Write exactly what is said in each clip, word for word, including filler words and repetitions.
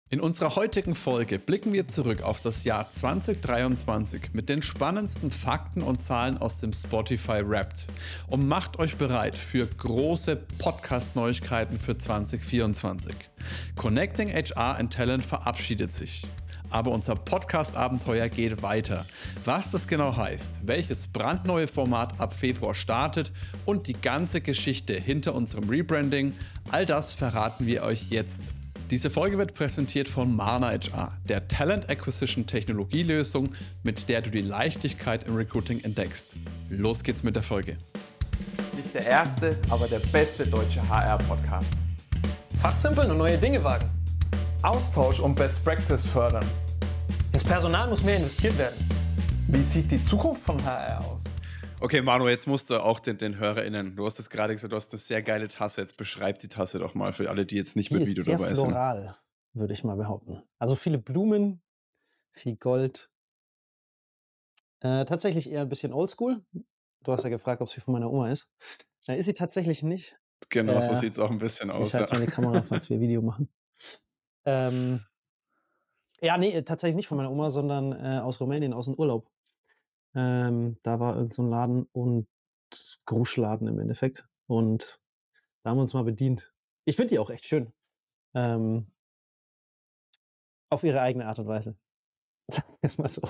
In unserer heutigen Folge blicken wir zurück auf das Jahr zwanzig dreiundzwanzig mit den spannendsten Fakten und Zahlen aus dem Spotify Wrapped und macht euch bereit für große Podcast-Neuigkeiten für zwanzig vierundzwanzig. Connecting H R and Talent verabschiedet sich. Aber unser Podcast-Abenteuer geht weiter. Was das genau heißt, welches brandneue Format ab Februar startet und die ganze Geschichte hinter unserem Rebranding, all das verraten wir euch jetzt. Diese Folge wird präsentiert von Mana H R, der Talent Acquisition Technologielösung, mit der du die Leichtigkeit im Recruiting entdeckst. Los geht's mit der Folge. Nicht der erste, aber der beste deutsche H R-Podcast. Fachsimpeln und neue Dinge wagen. Austausch und Best Practice fördern. Ins Personal muss mehr investiert werden. Wie sieht die Zukunft von H R aus? Okay, Manu, jetzt musst du auch den, den HörerInnen, du hast es gerade gesagt, du hast eine sehr geile Tasse, jetzt beschreib die Tasse doch mal für alle, die jetzt nicht Die mit ist Video sehr dabei sind. floral, würde ich mal behaupten. Also viele Blumen, viel Gold. Äh, tatsächlich eher ein bisschen oldschool. Du hast ja gefragt, ob sie von meiner Oma ist. Da ist sie tatsächlich nicht. Genau, so Äh, sieht es auch ein bisschen aus. Ich halte Ja. mal die Kamera, falls wir Video machen. Ähm, ja, nee, tatsächlich nicht von meiner Oma, sondern äh, aus Rumänien, aus dem Urlaub. Ähm, da war irgend so ein Laden und Gruschladen im Endeffekt. Und da haben wir uns mal bedient. Ich finde die auch echt schön. Ähm, auf ihre eigene Art und Weise. Sagen wir es mal so.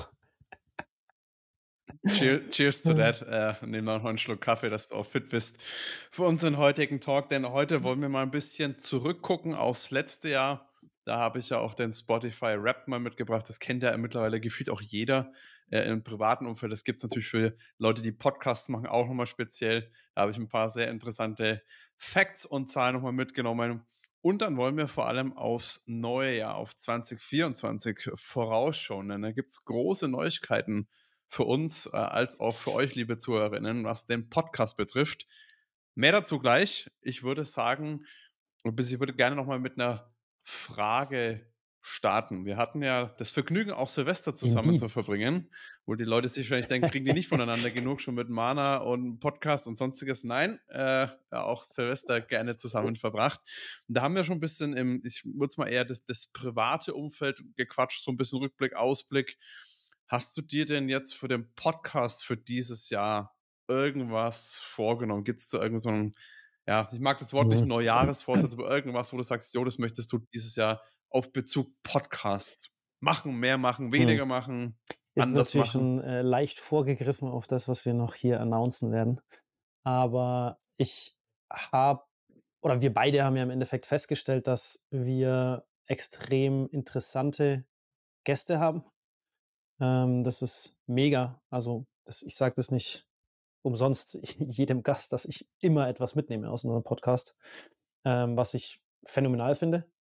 Cheers, cheers to that. Äh, nehmen wir noch einen Schluck Kaffee, dass du auch fit bist für unseren heutigen Talk. Denn heute wollen wir mal ein bisschen zurückgucken aufs letzte Jahr. Da habe ich ja auch den Spotify Rap mal mitgebracht. Das kennt ja mittlerweile gefühlt auch jeder äh, im privaten Umfeld. Das gibt es natürlich für Leute, die Podcasts machen, auch nochmal speziell. Da habe ich ein paar sehr interessante Facts und Zahlen nochmal mitgenommen. Und dann wollen wir vor allem aufs neue Jahr, auf zwanzig vierundzwanzig vorausschauen. Denn da gibt es große Neuigkeiten für uns äh, als auch für euch, liebe Zuhörerinnen, was den Podcast betrifft. Mehr dazu gleich. Ich würde sagen, ich würde gerne nochmal mit einer Frage starten. Wir hatten ja das Vergnügen, auch Silvester zusammen Indeed. zu verbringen, wo die Leute sich vielleicht denken, kriegen die nicht voneinander genug, schon mit Mana und Podcast und sonstiges. Nein, äh, ja, auch Silvester gerne zusammen verbracht. Und da haben wir schon ein bisschen im, ich würde es mal eher das, das private Umfeld gequatscht, so ein bisschen Rückblick, Ausblick. Hast du dir denn jetzt für den Podcast für dieses Jahr irgendwas vorgenommen? Gibt es da irgend so ein, ja, ich mag das Wort nicht Mhm. Neujahresvorsatz, aber irgendwas, wo du sagst, jo, das möchtest du dieses Jahr auf Bezug Podcast machen, mehr machen, weniger machen, Ist anders natürlich machen? schon äh, leicht vorgegriffen auf das, was wir noch hier announcen werden. Aber ich habe, oder wir beide haben ja im Endeffekt festgestellt, dass wir extrem interessante Gäste haben. Ähm, das ist mega. Also das, ich sage das nicht umsonst jedem Gast, dass ich immer etwas mitnehme aus unserem Podcast, ähm, was ich phänomenal finde.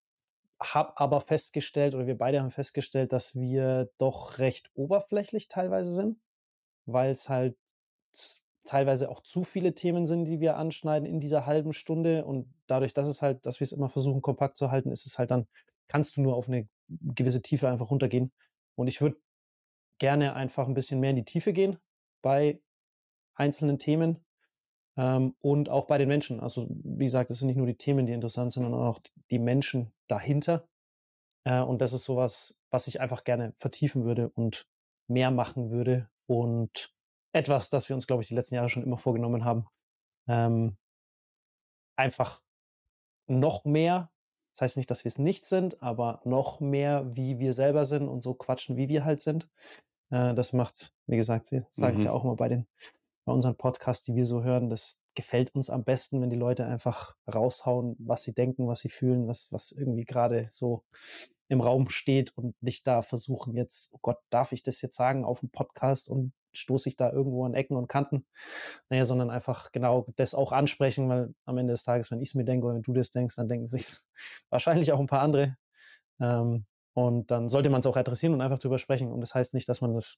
Hab aber festgestellt, oder wir beide haben festgestellt, dass wir doch recht oberflächlich teilweise sind, weil es halt z- teilweise auch zu viele Themen sind, die wir anschneiden in dieser halben Stunde. Und dadurch, dass es halt, dass wir es immer versuchen, kompakt zu halten, ist es halt dann, kannst du nur auf eine gewisse Tiefe einfach runtergehen. Und ich würde gerne einfach ein bisschen mehr in die Tiefe gehen bei einzelnen Themen. Ähm, und auch bei den Menschen. Also, wie gesagt, es sind nicht nur die Themen, die interessant sind, sondern auch die Menschen dahinter. Äh, und das ist sowas, was ich einfach gerne vertiefen würde und mehr machen würde. Und etwas, das wir uns, glaube ich, die letzten Jahre schon immer vorgenommen haben. Ähm, einfach noch mehr. Das heißt nicht, dass wir es nicht sind, aber noch mehr, wie wir selber sind und so quatschen, wie wir halt sind. Äh, das macht, wie gesagt, wir sagen es ja Mhm. auch immer bei den bei unseren Podcasts, die wir so hören, das gefällt uns am besten, wenn die Leute einfach raushauen, was sie denken, was sie fühlen, was, was irgendwie gerade so im Raum steht und nicht da versuchen jetzt, oh Gott, darf ich das jetzt sagen auf dem Podcast und stoße ich da irgendwo an Ecken und Kanten? Naja, sondern einfach genau das auch ansprechen, weil am Ende des Tages, wenn ich es mir denke oder wenn du das denkst, dann denken sich wahrscheinlich auch ein paar andere. Ähm, und dann sollte man es auch adressieren und einfach drüber sprechen. Und das heißt nicht, dass man das,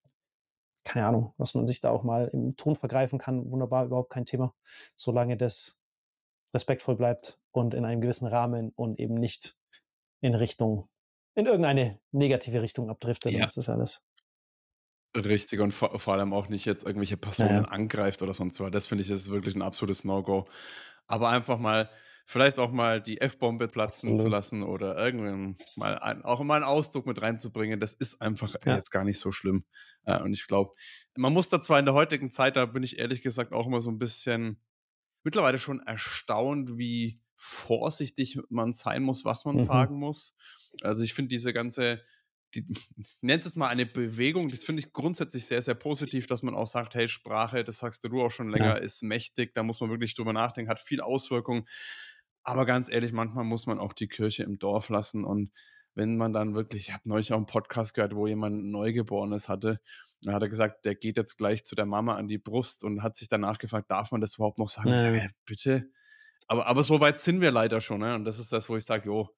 keine Ahnung, dass man sich da auch mal im Ton vergreifen kann. Wunderbar, überhaupt kein Thema. Solange das respektvoll bleibt und in einem gewissen Rahmen und eben nicht in Richtung, in irgendeine negative Richtung abdriftet. Ja. Und das ist alles. Richtig, und vor, vor allem auch nicht jetzt irgendwelche Personen Naja. angreift oder sonst was. Das finde ich, ist wirklich ein absolutes No-Go. Aber einfach mal vielleicht auch mal die F-Bombe platzen zu Absolut. lassen oder irgendwann mal ein auch mal 'n Ausdruck mit reinzubringen, das ist einfach, äh, Ja. jetzt gar nicht so schlimm. Äh, und ich glaube, man muss da zwar in der heutigen Zeit, da bin ich ehrlich gesagt auch immer so 'n bisschen mittlerweile schon erstaunt, wie vorsichtig man sein muss, was man Mhm. sagen muss. Also, ich finde diese ganze die ich nenne es jetzt mal eine Bewegung, das finde ich grundsätzlich sehr, sehr positiv, dass man auch sagt: „Hey, Sprache, das sagst du auch schon Ja. länger, ist mächtig, da muss man wirklich drüber nachdenken, hat viel Auswirkungen.“ Aber ganz ehrlich, manchmal muss man auch die Kirche im Dorf lassen und wenn man dann wirklich ich habe neulich auch 'n Podcast gehört, wo jemand 'n Neugeborenes hatte. Dann hat er gesagt, der geht jetzt gleich zu der Mama an die Brust und hat sich danach gefragt: „Darf man das überhaupt noch sagen?“ Und ich sage: Ja. „Hä, bitte?“ Aber aber so weit sind wir leider schon, ne? Und das ist das, wo ich sage: „Jo,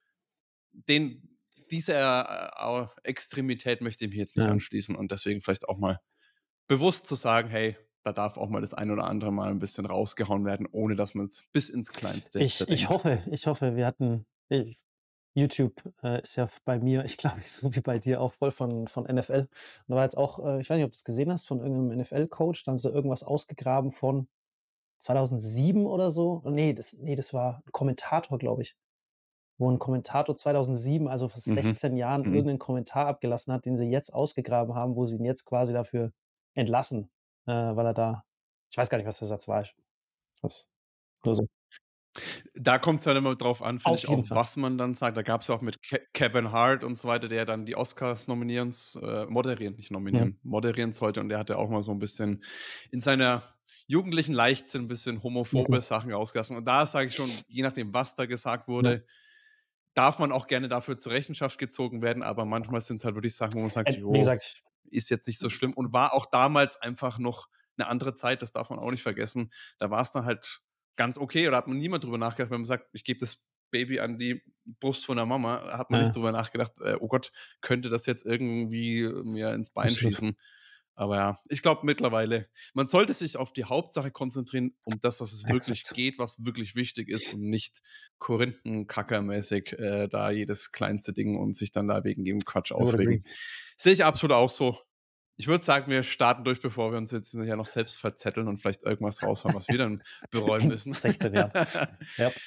den dieser, äh, au Extremität möchte ich mich jetzt nicht Ja. anschließen.“ Und deswegen vielleicht auch mal bewusst zu sagen: „Hey, da darf auch mal das ein oder andere Mal 'n bisschen rausgehauen werden, ohne dass man's bis ins Kleinste Ich ich zerdenkt.“ hoffe ich hoffe, wir hatten äh, YouTube, äh, ist ja f bei mir, ich glaube, so wie bei dir auch voll von von N F L. Da war jetzt auch, äh ich weiß nicht, ob du's gesehen hast, von irgend 'nem N F L-Coach, da haben sie irgendwas ausgegraben von zweitausendsieben oder so. Ne, das ne, das war 'n Kommentator, glaube ich, wo 'n Kommentator zweitausendsieben, also vor Mhm. sechzehn Jahren, Mhm. irgend 'nen Kommentar abgelassen hat, den sie jetzt ausgegraben haben, wo sie ihn jetzt quasi dafür entlassen, äh, weil er da ich weiß gar nicht, was der Satz war. Ich habe es nur so Da kommt's dann immer drauf an, finde Auf ich jeden auch, Fall. was man dann sagt. Da gab's ja auch mit Ke Kevin Hart und so weiter, der dann die Oscars nominieren s äh, moderieren, nicht Mhm. nominieren, moderieren sollte. Und der hat ja auch mal so 'n bisschen in seiner jugendlichen Leichtsinn 'n bisschen homophobe Okay. Sachen rausgelassen. Und da sage ich schon, je nachdem, was da gesagt Ja. wurde, darf man auch gerne dafür zur Rechenschaft gezogen werden, aber manchmal sind's halt wirklich Sachen, wo man sagt: Äh, wie „Jo, gesagt ist jetzt nicht so schlimm“ und war auch damals einfach noch 'ne andere Zeit, das darf man auch nicht vergessen. Da war's dann halt ganz okay oder hat man niemand drüber nachgedacht, wenn man sagt: „Ich gebe das Baby an die Brust von der Mama“, hat man nicht Ja. drüber nachgedacht: „Äh, oh Gott, könnte das jetzt irgendwie mir ins Bein Absolut. schießen?“ Aber ja, ich glaube mittlerweile man sollte sich auf die Hauptsache konzentrieren, um das, was es wirklich Exakt. geht, was wirklich wichtig ist und nicht Korinthenkacker-mäßig, äh, da jedes kleinste Ding und sich dann da wegen jedem Quatsch I would agree. aufregen. Sehe ich absolut auch so. Ich würde sagen, wir starten durch, bevor wir uns jetzt hier noch selbst verzetteln und vielleicht irgendwas raushauen, was wir dann bereuen In müssen. sechzehn Jahren. Jap.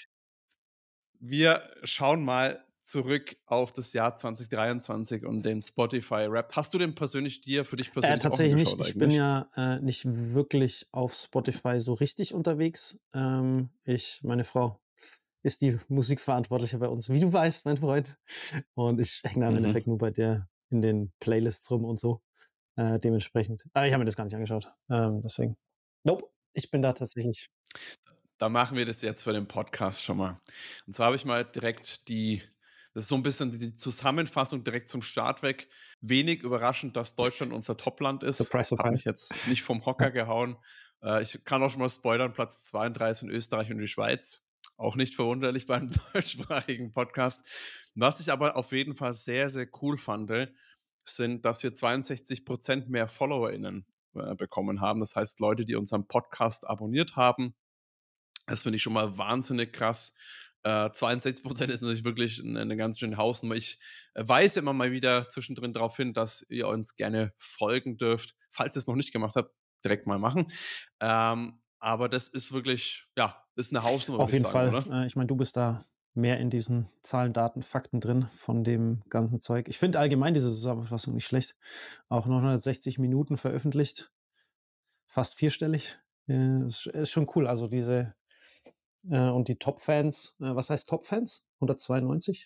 Wir schauen mal zurück auf das Jahr zwanzig dreiundzwanzig und den Spotify Wrapped. Hast du den persönlich dir für dich Äh, persönlich auch tatsächlich nicht. angeschaut Ich bin eigentlich? ja, äh, nicht wirklich auf Spotify so richtig unterwegs. Ähm, ich meine Frau ist die Musikverantwortliche bei uns, wie du weißt, mein Freund. Und ich hänge da im Mhm. Endeffekt nur bei der in den Playlists rum und so, äh, dementsprechend. Ah, ich habe mir das gar nicht angeschaut. Ähm, deswegen nope, ich bin da tatsächlich Da machen wir das jetzt für den Podcast schon mal. Und zwar habe ich mal direkt die das ist so 'n bisschen die Zusammenfassung direkt zum Start weg. Wenig überraschend, dass Deutschland unser Topland ist. Surprise, Hat mich surprise. jetzt nicht vom Hocker Ja. gehauen. Äh, ich kann auch schon mal spoilern, Platz zwei und drei sind Österreich und die Schweiz. Auch nicht verwunderlich beim deutschsprachigen Podcast. Was ich aber auf jeden Fall sehr, sehr cool fande, sind, dass wir zweiundsechzig Prozent mehr FollowerInnen, äh, bekommen haben. Das heißt, Leute, die unseren Podcast abonniert haben. Das finde ich schon mal wahnsinnig krass. Äh, zweiundsechzig Prozent ist natürlich wirklich 'ne 'ne ganz schöne Hausnummer. Ich, äh, weise immer mal wieder zwischendrin darauf hin, dass ihr uns gerne folgen dürft. Falls ihr's noch nicht gemacht habt, direkt mal machen. Ähm, aber das ist wirklich ja, ist 'ne Hausnummer, würde Auf ich jeden sagen, Fall. oder? Äh, ich meine, du bist da mehr in diesen Zahlen, Daten, Fakten drin von dem ganzen Zeug. Ich finde allgemein diese Zusammenfassung nicht schlecht. Auch neunhundertsechzig Minuten veröffentlicht. Fast vierstellig. Äh, ist ist schon cool. Also diese äh, und die Top-Fans äh, was heißt Top-Fans? hundertzweiundneunzig?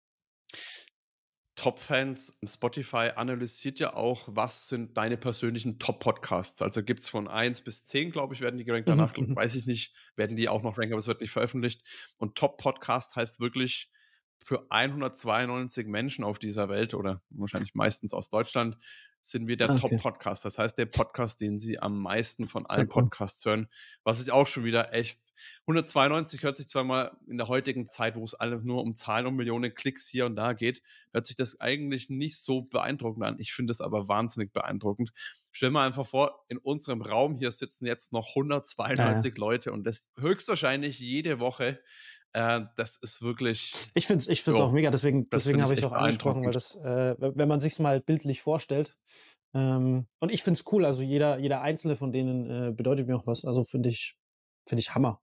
Top-Fans Spotify analysiert ja auch, was sind deine persönlichen Top-Podcasts. Also, gibt's von eins bis zehn, glaube ich, werden die gerankt. Mhm, Danach mhm. weiß ich nicht, werden die auch noch ranken, aber es wird nicht veröffentlicht. Und Top-Podcast heißt wirklich für hundertzweiundneunzig Menschen auf dieser Welt oder wahrscheinlich meistens aus Deutschland, sind wir der Ah, okay. Top-Podcast. Das heißt, der Podcast, den sie am meisten von Sehr allen cool. Podcasts hören, was ich auch schon wieder echt hundertzweiundneunzig hört sich zwar mal in der heutigen Zeit, wo es alles nur um Zahlen und Millionen Klicks hier und da geht, hört sich das eigentlich nicht so beeindruckend an. Ich finde es aber wahnsinnig beeindruckend. Stell mal einfach vor, in unserem Raum hier sitzen jetzt noch Ja, ja. hundertzweiundneunzig Leute und das höchstwahrscheinlich jede Woche. Äh, das ist wirklich Ich finde es ich finde es auch ja, mega, deswegen das deswegen finde habe ich ich's echt auch angesprochen, weil beeindruckend. das, äh, we wenn man sich's mal bildlich vorstellt ähm, und ich finde es cool, also jeder jeder einzelne von denen, äh, bedeutet mir auch was. Also, finde ich finde ich Hammer.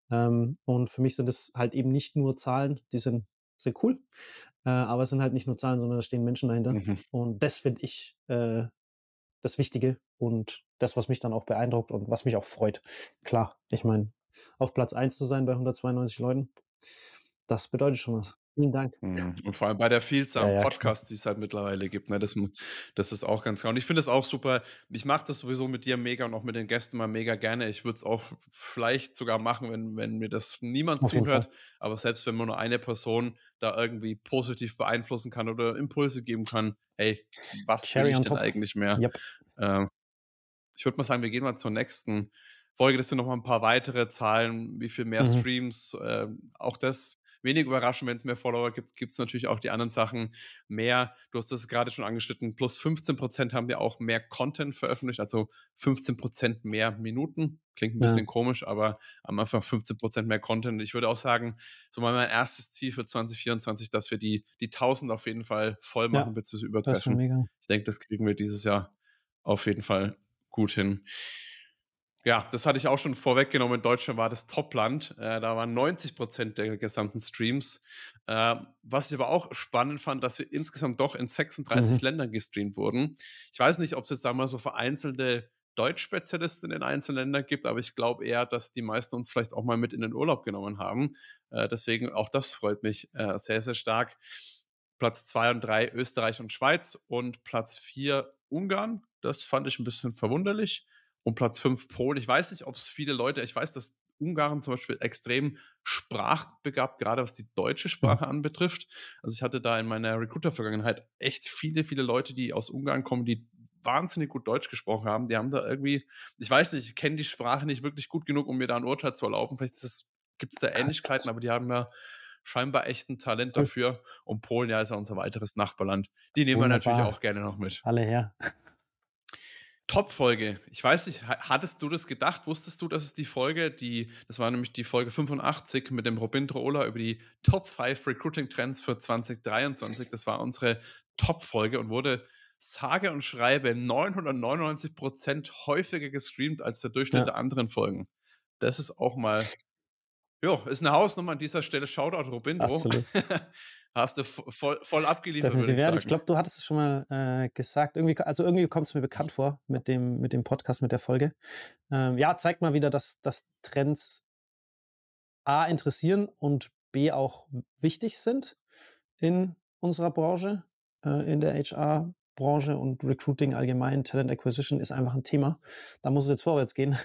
Ähm, und für mich sind es halt eben nicht nur Zahlen, die sind sind cool, äh, aber es sind halt nicht nur Zahlen, sondern da stehen Menschen dahinter. Mhm. Und das finde ich, äh, das Wichtige und das, was mich dann auch beeindruckt und was mich auch freut. Klar, ich meine, auf Platz eins zu sein bei hundertzweiundneunzig Leuten, das bedeutet schon was. Vielen Dank. Mhm. Und vor allem bei der Vielzahl Ja, an ja, klar. Podcasts, die es halt mittlerweile gibt, ne? Das m das ist auch ganz klar. Und ich finde es auch super. Ich mache das sowieso mit dir mega und auch mit den Gästen mal mega gerne. Ich würde es auch v vielleicht sogar machen, wenn wenn mir das niemand Auf jeden Fall. zuhört. Aber selbst wenn man nur eine Person da irgendwie positiv beeinflussen kann oder Impulse geben kann, hey, was will Cherry ich on denn top. eigentlich mehr? Jap. Ähm, ich würde mal sagen, wir gehen mal zur nächsten Folge. Das sind noch mal 'n paar weitere Zahlen, wie viel mehr Mhm. Streams, ähm, auch das wenig überraschend, wenn's mehr Follower gibt, gibt's natürlich auch die anderen Sachen mehr. Du hast das grade schon angeschnitten, plus fünfzehn Prozent haben wir auch mehr Content veröffentlicht, also fünfzehn Prozent mehr Minuten. Klingt 'n bisschen Ja. komisch, aber haben einfach fünfzehn Prozent mehr Content. Ich würde auch sagen, so mal mein erstes Ziel für zwanzig vierundzwanzig, dass wir die die tausend auf jeden Fall voll machen Ja, beziehungsweise das ist schon übertreffen. mega. Ich denke, das kriegen wir dieses Jahr auf jeden Fall gut hin. Ja, das hatte ich auch schon vorweggenommen. Deutschland war das Topland. Äh, da waren neunzig Prozent der gesamten Streams. Ähm, was ich aber auch spannend fand, dass wir insgesamt doch in sechsunddreißig Mhm. Ländern gestreamt wurden. Ich weiß nicht, ob's jetzt da mal so vereinzelte Deutschspezialisten in einzelnen Ländern gibt, aber ich glaube eher, dass die meisten uns vielleicht auch mal mit in den Urlaub genommen haben. Äh, deswegen auch das freut mich, äh, sehr, sehr stark. Platz zwei und drei Österreich und Schweiz und Platz vier Ungarn. Das fand ich 'n bisschen verwunderlich. Und Platz fünf Polen. Ich weiß nicht, ob's viele Leute ich weiß, dass Ungarn zum Beispiel extrem sprachbegabt, grade was die deutsche Mhm. Sprache anbetrifft. Also, ich hatte da in meiner Recruiter-Vergangenheit echt viele, viele Leute, die aus Ungarn kommen, die wahnsinnig gut Deutsch gesprochen haben. Die haben da irgendwie ich weiß nicht, ich kenne die Sprache nicht wirklich gut genug, um mir da 'n Urteil zu erlauben. Vielleicht ist es gibt's da Ähnlichkeiten, aber die haben ja scheinbar echt 'n Talent Cool. dafür. Und Polen, ja, ist ja unser weiteres Nachbarland. Die nehmen wir natürlich Wunderbar. auch gerne noch mit. Alle her. Top-Folge. Ich weiß nicht, ha hattest du das gedacht? Wusstest du, dass es die Folge, die das war nämlich die Folge fünfundachtzig mit dem Robindro Ola über die Top five Recruiting-Trends für zwanzig dreiundzwanzig. Das war unsere Top-Folge und wurde sage und schreibe neunhundertneunundneunzig Prozent häufiger gestreamt als der Durchschnitt Ja. der anderen Folgen. Das ist auch mal ja, ist 'ne Hausnummer. An dieser Stelle Shoutout Robindro. Absolut. Hast du vo voll voll abgeliefert, würde Definitiv. ich Ja, ich sagen. glaube, du hattest es schon mal, äh, gesagt. Irgendwie also, irgendwie kommt's mir bekannt vor mit dem mit dem Podcast, mit der Folge. Ähm, ja, zeigt mal wieder, dass dass Trends A interessieren und B auch w wichtig sind in unserer Branche, äh, in der HR-Branche und Recruiting allgemein. Talent Acquisition ist einfach 'n Thema. Da muss es jetzt vorwärts gehen.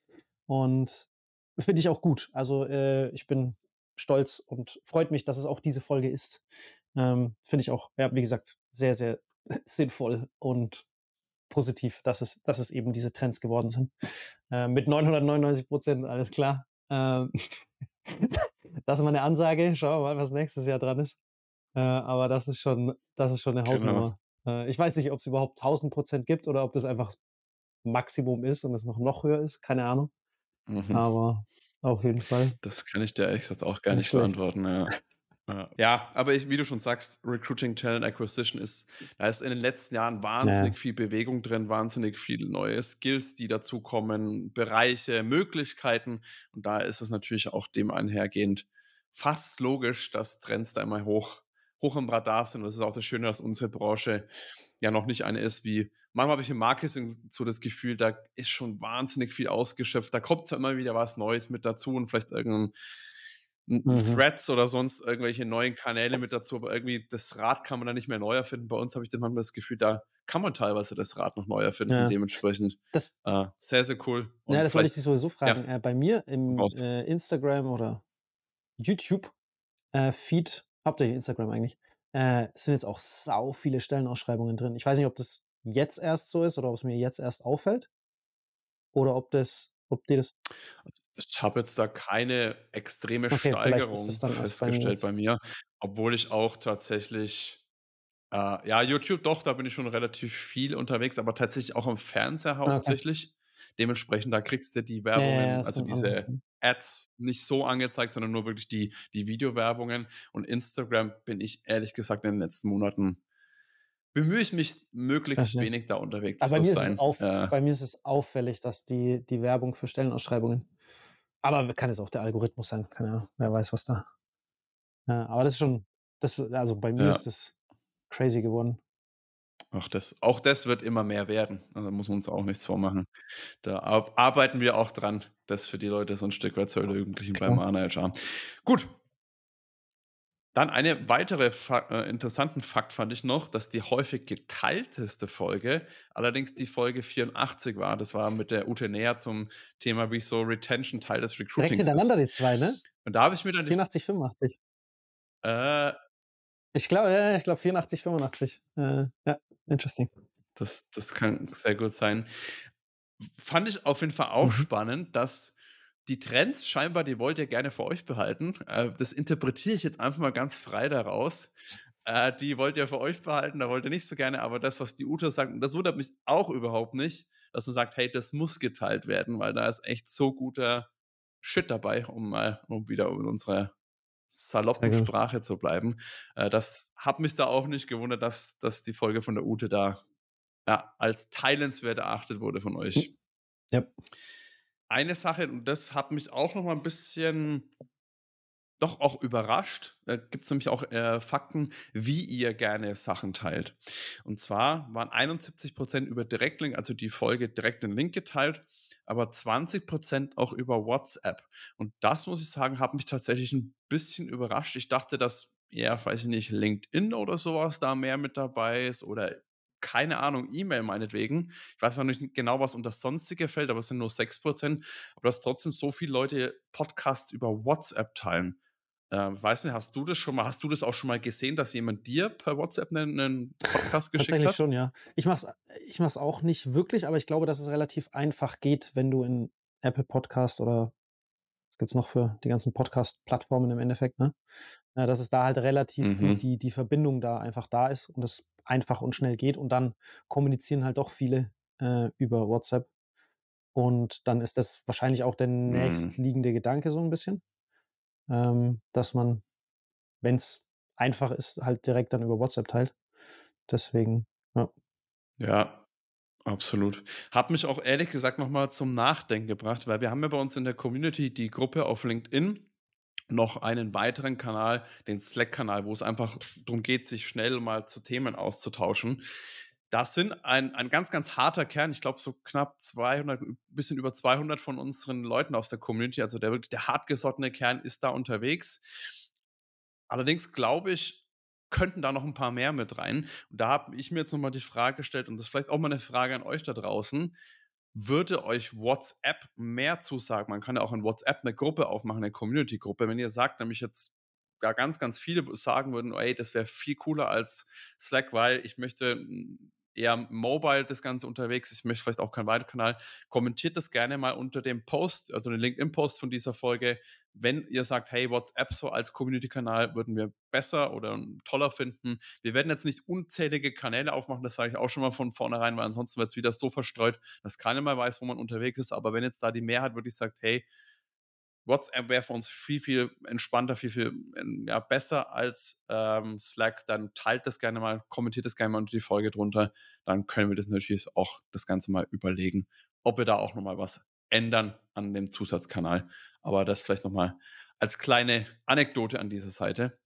Und finde ich auch gut. Also, äh, ich bin stolz und freut mich, dass es auch diese Folge ist. Ähm, finde ich auch, ja, wie gesagt, sehr, sehr sinnvoll und positiv, dass es dass es eben diese Trends geworden sind. Äh, mit neunhundertneunundneunzig Prozent, alles klar. Ähm, das ist mal 'ne Ansage. Schauen wir mal, was nächstes Jahr dran ist. Äh, aber das ist schon das ist schon 'ne Genau. Hausnummer. Äh, ich weiß nicht, ob's überhaupt tausend Prozent gibt oder ob das einfach Maximum ist und es noch noch höher ist, keine Ahnung. Mhm. Aber auf jeden Fall Das kann ich dir ehrlich gesagt auch gar nicht nicht schlecht. beantworten, ja. Ja. Ja, aber ich wie du schon sagst, Recruiting, Talent Acquisition ist da ist in den letzten Jahren Ja, wahnsinnig ja. viel Bewegung drin, wahnsinnig viele neue Skills, die dazukommen, Bereiche, Möglichkeiten. Und da ist es natürlich auch dem einhergehend fast logisch, dass Trends da immer hoch hoch im Radar sind. Und das ist auch das Schöne, dass unsere Branche ja noch nicht eine ist wie manchmal habe ich im Marketing so das Gefühl, da ist schon wahnsinnig viel ausgeschöpft. Da kommt zwar immer wieder was Neues mit dazu und vielleicht irgend 'n 'n 'n Mhm. Threads oder sonst irgendwelche neuen Kanäle mit dazu, aber irgendwie das Rad kann man da nicht mehr neu erfinden. Bei uns habe ich dann manchmal das Gefühl, da kann man teilweise das Rad noch neu erfinden. Ja. Dementsprechend, Das äh, sehr, sehr cool. Ja, Und das wollte ich vielleicht dich sowieso ja, fragen. Äh, bei mir hau im, raus. äh, Instagram oder YouTube, äh, Feed, hauptsächlich Instagram eigentlich, äh, sind jetzt auch sau viele Stellenausschreibungen drin. Ich weiß nicht, ob das jetzt erst so ist oder ob's mir jetzt erst auffällt oder ob das ob dir das Also, ich habe jetzt da keine extreme Okay, vielleicht ist es Steigerung dann erst bei mir festgestellt jetzt. bei mir, obwohl ich auch tatsächlich äh, ja, YouTube doch, da bin ich schon relativ viel unterwegs, aber tatsächlich auch am Fernseher Ah, okay. hauptsächlich. Dementsprechend, da kriegst du die Ja, ja, ja, Werbungen, das also sind andere, diese mhm. Ads nicht so angezeigt, sondern nur wirklich die die Videowerbungen. Und Instagram bin ich ehrlich gesagt in den letzten Monaten bemühe ich mich, möglichst Verstehe. wenig da unterwegs Aber bei zu mir ist es sein. auf Äh bei mir ist es auffällig, dass die die Werbung für Stellenausschreibungen Aber kann es auch der Algorithmus sein, keine Ahnung, wer weiß, was da ja, aber das ist schon das also, bei mir ist Ja. das crazy geworden. Ach, das auch das wird immer mehr werden. Also, da muss man uns auch nichts vormachen. Da ar arbeiten wir auch dran, das für die Leute so 'n Stück weit zu ermöglichen beim Klar. Manager. Gut. Dann eine weitere Fa äh, interessanten Fakt fand ich noch, dass die häufig geteilteste Folge allerdings die Folge vierundachtzig war. Das war mit der Ute Näher zum Thema, wieso Retention Teil des Direkt Recruitings hintereinander ist. die zwei, ne? Und da habe ich mir dann die vierundachtzig, fünfundachtzig. Äh Ich glaube ja, ja, ich glaube vierundachtzig, fünfundachtzig. Äh, ja, interesting. Das das kann sehr gut sein. Fand ich auf jeden Fall auch Mhm. spannend, dass die Trends scheinbar die wollt ihr gerne für euch behalten. Äh, das interpretiere ich jetzt einfach mal ganz frei daraus. Äh, die wollt ihr für euch behalten, da wollt ihr nicht so gerne, aber das, was die Ute sagt und das wundert mich auch überhaupt nicht, dass man sagt: „Hey, das muss geteilt werden“, weil da ist echt so guter Shit dabei, um mal um wieder in unserer Sehr saloppen gut. Sprache zu bleiben. Äh, das hat mich da auch nicht gewundert, dass dass die Folge von der Ute da, ja, als teilenswert erachtet wurde von euch. Hm. Ja. Eine Sache, und das hat mich auch noch mal 'n bisschen doch auch überrascht. Da gibt's nämlich auch, äh, Fakten, wie ihr gerne Sachen teilt. Und zwar waren einundsiebzig Prozent über Direktlink, also die Folge direkt den Link geteilt, aber zwanzig Prozent auch über WhatsApp. Und das, muss ich sagen, hat mich tatsächlich 'n bisschen überrascht. Ich dachte, dass eher, weiß ich nicht, LinkedIn oder so was da mehr mit dabei ist oder keine Ahnung, E-Mail meinetwegen. Ich weiß noch nicht genau, was unter Sonstige fällt, aber es sind nur sechs Prozent. Aber dass trotzdem so viele Leute Podcasts über WhatsApp teilen. Ähm, weiß nicht, hast du das schon mal hast du das auch schon mal gesehen, dass jemand dir per WhatsApp 'nen 'nen Podcast geschickt Tatsächlich hat? schon, ja. Ich mache es ich mache es auch nicht wirklich, aber ich glaube, dass es relativ einfach geht, wenn du in Apple Podcast oder was gibt's noch für die ganzen Podcast-Plattformen im Endeffekt, ne? Äh, dass es da halt relativ gut Mhm. die die Verbindung da einfach da ist und es einfach und schnell geht und dann kommunizieren halt doch viele, äh, über WhatsApp. Und dann ist das wahrscheinlich auch der Mhm. nächstliegende Gedanke so 'n bisschen, ähm, dass man, wenn's einfach ist, halt direkt dann über WhatsApp teilt. Deswegen, ja. Ja, absolut. Hat mich auch ehrlich gesagt noch mal zum Nachdenken gebracht, weil wir haben ja bei uns in der Community die Gruppe auf LinkedIn, noch einen weiteren Kanal, den Slack-Kanal, wo es einfach drum geht, sich schnell mal zu Themen auszutauschen. Das sind ein ein ganz, ganz harter Kern. Ich glaube, so knapp zweihundert, bisschen über zweihundert von unseren Leuten aus der Community, also der wirklich der hartgesottene Kern ist da unterwegs. Allerdings glaube ich, könnten da noch 'n paar mehr mit rein. Und da habe ich mir jetzt noch mal die Frage gestellt und das ist vielleicht auch mal 'ne Frage an euch da draußen: Würde euch WhatsApp mehr zusagen? Man kann ja auch in WhatsApp 'ne Gruppe aufmachen, 'ne Community-Gruppe. Wenn ihr sagt nämlich jetzt da ganz, ganz viele w sagen würden: „Ey, das wäre viel cooler als Slack, weil ich möchte, hm, eher mobile das Ganze unterwegs. Ich möchte vielleicht auch keinen Weiterkanal.“ Kommentiert das gerne mal unter dem Post, also den LinkedIn-Post von dieser Folge, wenn ihr sagt: „Hey, WhatsApp so als Community-Kanal würden wir besser oder toller finden.“ Wir werden jetzt nicht unzählige Kanäle aufmachen, das sage ich auch schon mal von vornherein, weil ansonsten wird's wieder so verstreut, dass keiner mehr weiß, wo man unterwegs ist. Aber wenn jetzt da die Mehrheit wirklich sagt: „Hey, WhatsApp wäre für uns viel, viel entspannter, viel, viel, ähm, ja, besser als, ähm, Slack“, dann teilt das gerne mal, kommentiert das gerne mal unter die Folge drunter. Dann können wir das natürlich auch das Ganze mal überlegen, ob wir da auch noch mal was ändern an dem Zusatzkanal. Aber das vielleicht noch mal als kleine Anekdote an dieser Seite.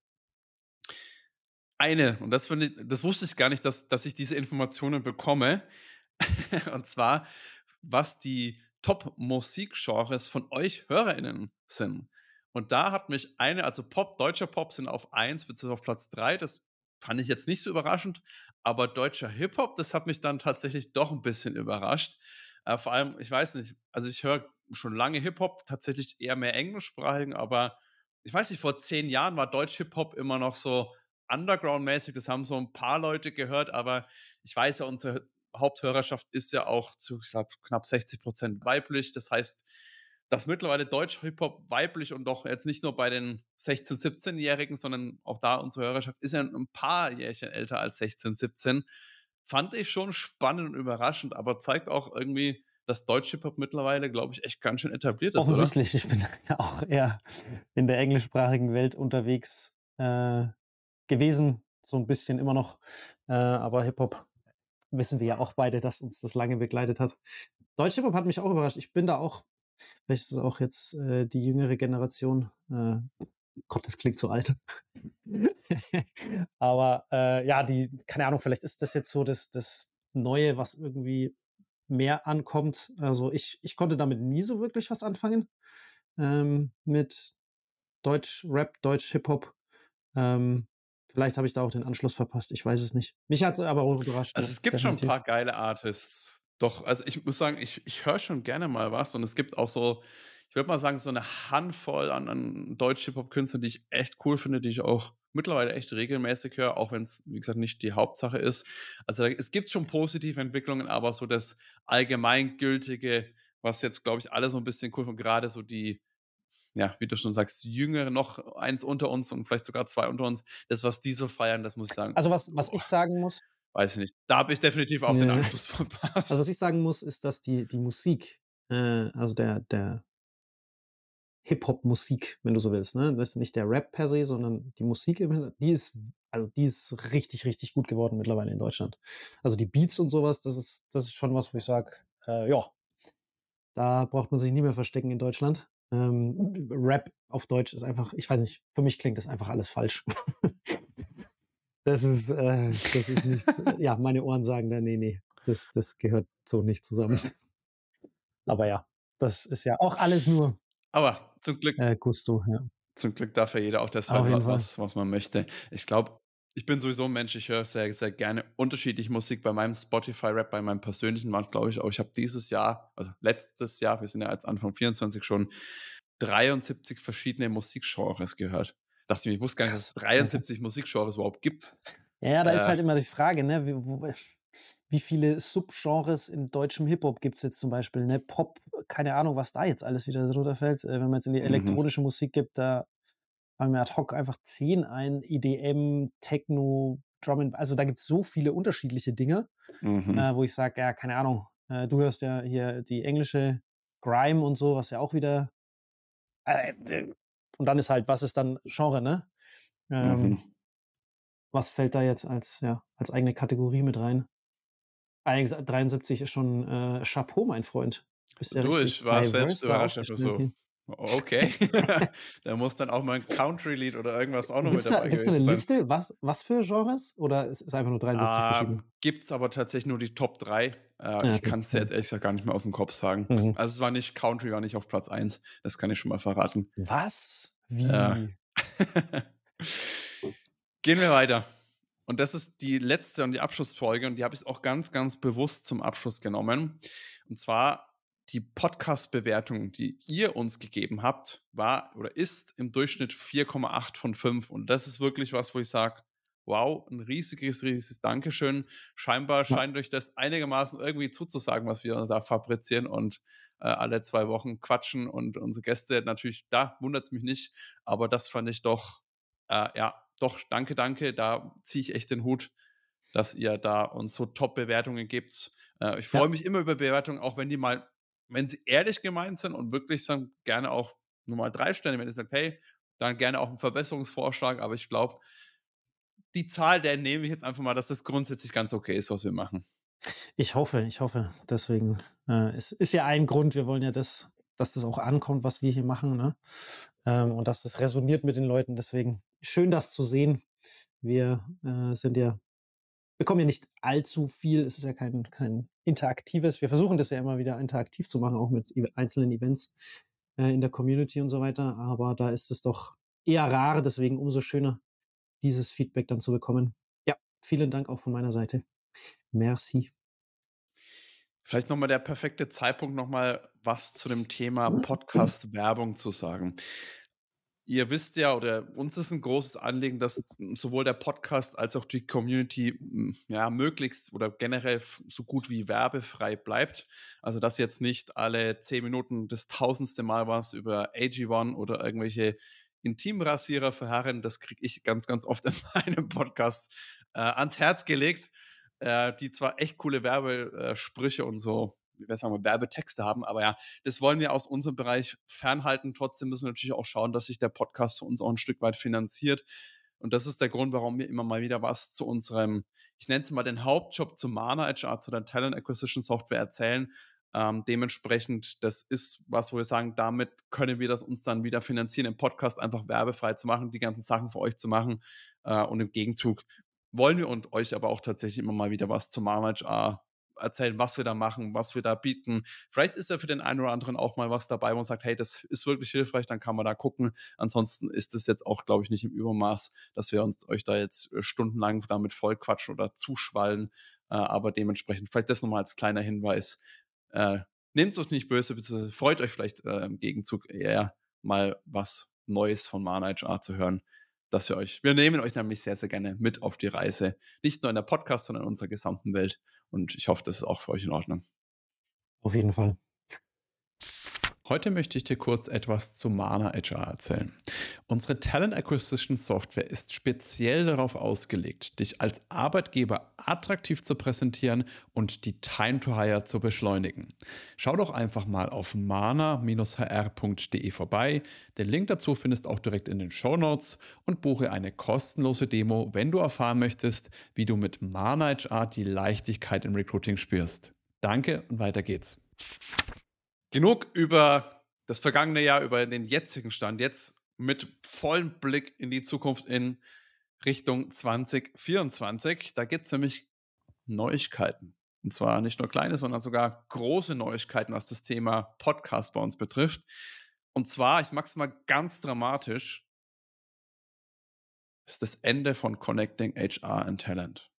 Eine, und das finde ich das wusste ich gar nicht, dass dass ich diese Informationen bekomme. Und zwar, was die Top-Musikgenres von euch HörerInnen sind. Und da hat mich eine also Pop deutscher Pop sind auf eins beziehungsweise auf Platz drei. Das fand ich jetzt nicht so überraschend, aber deutscher Hip-Hop, das hat mich dann tatsächlich doch 'n bisschen überrascht. Äh, vor allem, ich weiß nicht, also ich höre schon lange Hip-Hop, tatsächlich eher mehr englischsprachigen, aber ich weiß nicht, vor zehn Jahren war Deutsch-Hip-Hop immer noch so underground-mäßig. Das haben so 'n paar Leute gehört, aber ich weiß ja, unsere Haupthörerschaft ist ja auch zu, ich glaube, knapp sechzig Prozent weiblich. Das heißt, dass mittlerweile Deutsch-Hip-Hop weiblich und doch jetzt nicht nur bei den sechzehn Siebzehnjährigen, sondern auch da unsere Hörerschaft ist ja 'n paar Jährchen älter als sechzehn, siebzehn. Fand ich schon spannend und überraschend, aber zeigt auch irgendwie, dass Deutsch-Hip-Hop mittlerweile, glaube ich, echt ganz schön etabliert ist, oder? Offensichtlich, ich bin ja auch eher in der englischsprachigen Welt unterwegs, äh, gewesen, so 'n bisschen immer noch. Äh, aber Hip-Hop wissen wir ja auch beide, dass uns das lange begleitet hat. Deutsch-Hip-Hop hat mich auch überrascht. Ich bin da auch Vielleicht ist es auch jetzt, äh, die jüngere Generation. Äh, Gott, das klingt so alt. Aber, äh, ja, die keine Ahnung, vielleicht ist das jetzt so das das Neue, was irgendwie mehr ankommt. Also, ich ich konnte damit nie so wirklich was anfangen, ähm, mit Deutsch-Rap, Deutsch-Hip-Hop. Ähm, Vielleicht habe ich da auch den Anschluss verpasst. Ich weiß es nicht. Mich hat's aber auch überrascht, Also, ja, es gibt schon 'n definitiv. paar geile Artists. Doch, also, ich muss sagen, ich ich höre schon gerne mal was und es gibt auch so, ich würde mal sagen, so 'ne Handvoll an an Deutsch-Hip-Hop-Künstlern, die ich echt cool finde, die ich auch mittlerweile echt regelmäßig höre, auch wenn's, wie gesagt, nicht die Hauptsache ist. Also, da es gibt schon positive Entwicklungen, aber so das Allgemeingültige, was jetzt, glaube ich, alle so 'n bisschen cool finden, grade so die, ja, wie du schon sagst, Jüngere, noch eins unter uns und vielleicht sogar zwei unter uns, das, was die so feiern, das muss ich sagen, Also, was was boah, ich sagen muss weiß ich nicht. Da habe ich definitiv auch den ja, Anschluss also, was verpasst. ich sagen muss, ist, dass die die Musik, äh, also, der der Hip-Hop-Musik, wenn du so willst, ne? Das ist nicht der Rap per se, sondern die Musik im Hinter die ist also, die ist richtig, richtig gut geworden mittlerweile in Deutschland. Also, die Beats und sowas, das ist das ist schon was, wo ich sage, äh, ja, da braucht man sich nie mehr verstecken in Deutschland. Ähm, Rap auf Deutsch ist einfach ich weiß nicht, für mich klingt das einfach alles falsch. Das ist, äh das ist nichts ja, meine Ohren sagen da: „Ne, ne, das das gehört so nicht zusammen.“ Aber ja, das ist ja auch alles nur, Aber zum Glück äh, Gusto, ja. zum Glück darf ja jeder auch das Auf hören, wa jeden Fall. was was man möchte. Ich glaube, ich bin sowieso 'n Mensch, ich höre sehr, sehr gerne unterschiedliche Musik. Bei meinem Spotify-Wrap, bei meinem persönlichen waren's, glaube ich, auch, ich habe dieses Jahr, also letztes Jahr, wir sind ja jetzt Anfang vierundzwanzig, schon dreiundsiebzig verschiedene Musikgenres gehört. Dachte mir, ich wusste gar nicht, dass es Krass, okay. dreiundsiebzig Musikgenres überhaupt gibt. Ja, ja, da ist Äh, halt immer die Frage, ne, wie wo wie viele Subgenres in deutschem Hip-Hop gibt's jetzt zum Beispiel, ne? Pop, keine Ahnung, was da jetzt alles wieder drunter fällt. Äh, wenn man jetzt in die mhm, elektronische Musik gibt, da fallen mir ad hoc einfach zehn ein, E D M, Techno, Drum and also, da gibt's so viele unterschiedliche Dinge, mhm, äh, wo ich sage: „Ja, keine Ahnung, äh, du hörst ja hier die englische Grime und so, was ja auch wieder äh, d und dann ist halt, was ist dann Genre, ne? mhm. Ähm, Was fällt da jetzt als ja, als eigene Kategorie mit rein? Allerdings dreiundsiebzig ist schon, äh, Chapeau, mein Freund. Bist ja Du, ich richtig war selbst diverse da überrascht, einfach aufgestellt so, hier. okay. Da muss dann auch mal 'n Country-Lied oder irgendwas auch noch mit Gibt's da dabei gibt's da 'ne gewesen sein. Liste, was was für Genres oder es ist einfach nur dreiundsiebzig verschiedene? Ähm, gibt's aber tatsächlich nur die Top drei. Äh, Ah, ich okay. kann's dir Mhm. jetzt ehrlich gesagt gar nicht mehr aus'm Kopf sagen. Mhm. Also, es war nicht Country, war nicht auf Platz eins. Das kann ich schon mal verraten. Was? Äh. Wie? Gehen wir weiter. Und das ist die letzte und die Abschlussfolge und die habe ich auch ganz, ganz bewusst zum Abschluss genommen. Und zwar die Podcast-Bewertung, die ihr uns gegeben habt, war oder ist im Durchschnitt vier Komma acht von fünf. Und das ist wirklich was, wo ich sage: „Wow, ein riesiges, riesiges Dankeschön.“ Scheinbar Ja. scheint euch das einigermaßen irgendwie zuzusagen, was wir da fabrizieren und, äh, alle zwei Wochen quatschen und unsere Gäste natürlich, da wundert's mich nicht, aber das fand ich doch, äh, ja, doch, danke, danke. Da ziehe ich echt den Hut, dass ihr da uns so Top-Bewertungen gebt. Äh, ich freue Ja. mich immer über Bewertungen, auch wenn die mal, wenn sie ehrlich gemeint sind und wirklich sagen, gerne auch nur mal drei Sterne. Wenn ihr sagt: „Hey“, dann gerne auch 'n Verbesserungsvorschlag, aber ich glaube, die Zahl, der nehme ich jetzt einfach mal, dass das grundsätzlich ganz okay ist, was wir machen. Ich hoffe, ich hoffe. Deswegen, äh, es ist ja ein Grund, wir wollen ja das dass das auch ankommt, was wir hier machen, ne? Ähm, und dass das resoniert mit den Leuten. Deswegen schön, das zu sehen. Wir, äh, sind ja bekommen ja nicht allzu viel. Es ist ja kein kein interaktives wir versuchen das ja immer wieder interaktiv zu machen, auch mit Ev einzelnen Events, äh, in der Community und so weiter, aber da ist es doch eher rar, deswegen umso schöner, dieses Feedback dann zu bekommen. Ja, vielen Dank auch von meiner Seite. Merci. Vielleicht noch mal der perfekte Zeitpunkt, noch mal was zu dem Thema Podcast-Werbung zu sagen. Ihr wisst ja, oder uns ist ein großes Anliegen, dass hm, sowohl der Podcast als auch die Community, hm, ja, möglichst oder generell f so gut wie werbefrei bleibt. Also, dass jetzt nicht alle zehn Minuten das tausendste Mal was über A G eins oder irgendwelche Intimrasierer verharren. Das kriege ich ganz, ganz oft in meinem Podcast, äh, ans Herz gelegt, äh, die zwar echt coole Werbesprüche äh, Sprüche und so, wie wir sagen, Werbetexte haben, aber ja, das wollen wir aus unserem Bereich fernhalten. Trotzdem müssen wir natürlich auch schauen, dass sich der Podcast für uns auch ein Stück weit finanziert. Und das ist der Grund, warum wir immer mal wieder was zu unserem, ich nenne es mal den Hauptjob, zu Mana H R, zu der Talent Acquisition Software erzählen. Ähm, dementsprechend, das ist was, wo wir sagen, damit können wir das uns dann wieder finanzieren, im Podcast einfach werbefrei zu machen, die ganzen Sachen für euch zu machen. Äh, und im Gegenzug wollen wir und euch aber auch tatsächlich immer mal wieder was zum Mana H R erzählen, was wir da machen, was wir da bieten. Vielleicht ist ja für den einen oder anderen auch mal was dabei, wo man sagt, hey, das ist wirklich hilfreich, dann kann man da gucken. Ansonsten ist es jetzt auch, glaube ich, nicht im Übermaß, dass wir uns euch da jetzt äh, stundenlang damit vollquatschen oder zuschwallen. Äh, aber dementsprechend, vielleicht das nochmal als kleiner Hinweis. Äh, Nehmt es uns nicht böse, beziehungsweise freut euch vielleicht äh, im Gegenzug eher mal was Neues von Mana H R zu hören, dass wir euch, wir nehmen euch nämlich sehr, sehr gerne mit auf die Reise. Nicht nur in der Podcast, sondern in unserer gesamten Welt. Und ich hoffe, das ist auch für euch in Ordnung. Auf jeden Fall. Heute möchte ich dir kurz etwas zu Mana H R erzählen. Unsere Talent Acquisition Software ist speziell darauf ausgelegt, dich als Arbeitgeber attraktiv zu präsentieren und die Time to Hire zu beschleunigen. Schau doch einfach mal auf mana Bindestrich h r punkt d e vorbei. Den Link dazu findest du auch direkt in den Shownotes und buche eine kostenlose Demo, wenn du erfahren möchtest, wie du mit Mana H R die Leichtigkeit im Recruiting spürst. Danke und weiter geht's. Genug über das vergangene Jahr, über den jetzigen Stand. Jetzt mit vollem Blick in die Zukunft in Richtung zwanzig vierundzwanzig. Da gibt es nämlich Neuigkeiten. Und zwar nicht nur kleine, sondern sogar große Neuigkeiten, was das Thema Podcast bei uns betrifft. Und zwar, ich mache es mal ganz dramatisch, ist das Ende von Connecting H R and Talent.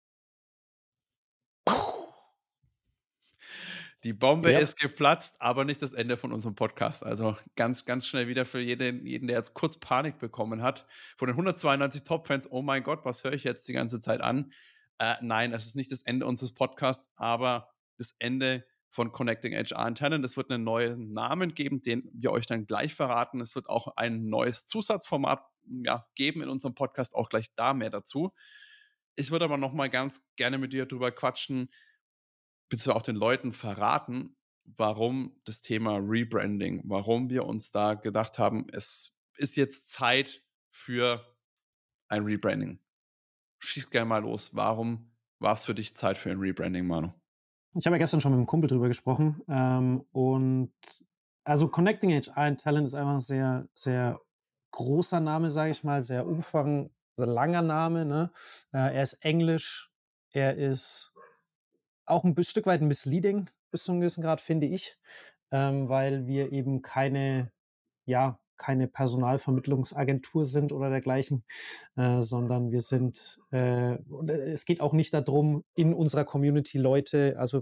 Die Bombe Ja. ist geplatzt, aber nicht das Ende von unserem Podcast. Also ganz, ganz schnell wieder für jeden, jeden, der jetzt kurz Panik bekommen hat. Von den hundertzweiundneunzig Top-Fans, oh mein Gott, was höre ich jetzt die ganze Zeit an? Äh, nein, es ist nicht das Ende unseres Podcasts, aber das Ende von Connecting H R and Talent. Es wird einen neuen Namen geben, den wir euch dann gleich verraten. Es wird auch ein neues Zusatzformat ja, geben in unserem Podcast, auch gleich da mehr dazu. Ich würde aber noch mal ganz gerne mit dir drüber quatschen, beziehungsweise auch den Leuten verraten, warum das Thema Rebranding, warum wir uns da gedacht haben, es ist jetzt Zeit für ein Rebranding. Schieß gerne mal los. Warum war es für dich Zeit für ein Rebranding, Manu? Ich habe ja gestern schon mit einem Kumpel drüber gesprochen. Ähm, und also Connecting H R and Talent ist einfach ein sehr, sehr großer Name, sage ich mal, sehr umfang, sehr langer Name. Ne? Äh, er ist englisch, er ist auch ein bi- Stück weit misleading bis zu einem gewissen Grad, finde ich, ähm, weil wir eben keine, ja, keine Personalvermittlungsagentur sind oder dergleichen, äh, sondern wir sind, äh, und, äh, es geht auch nicht darum, in unserer Community Leute, also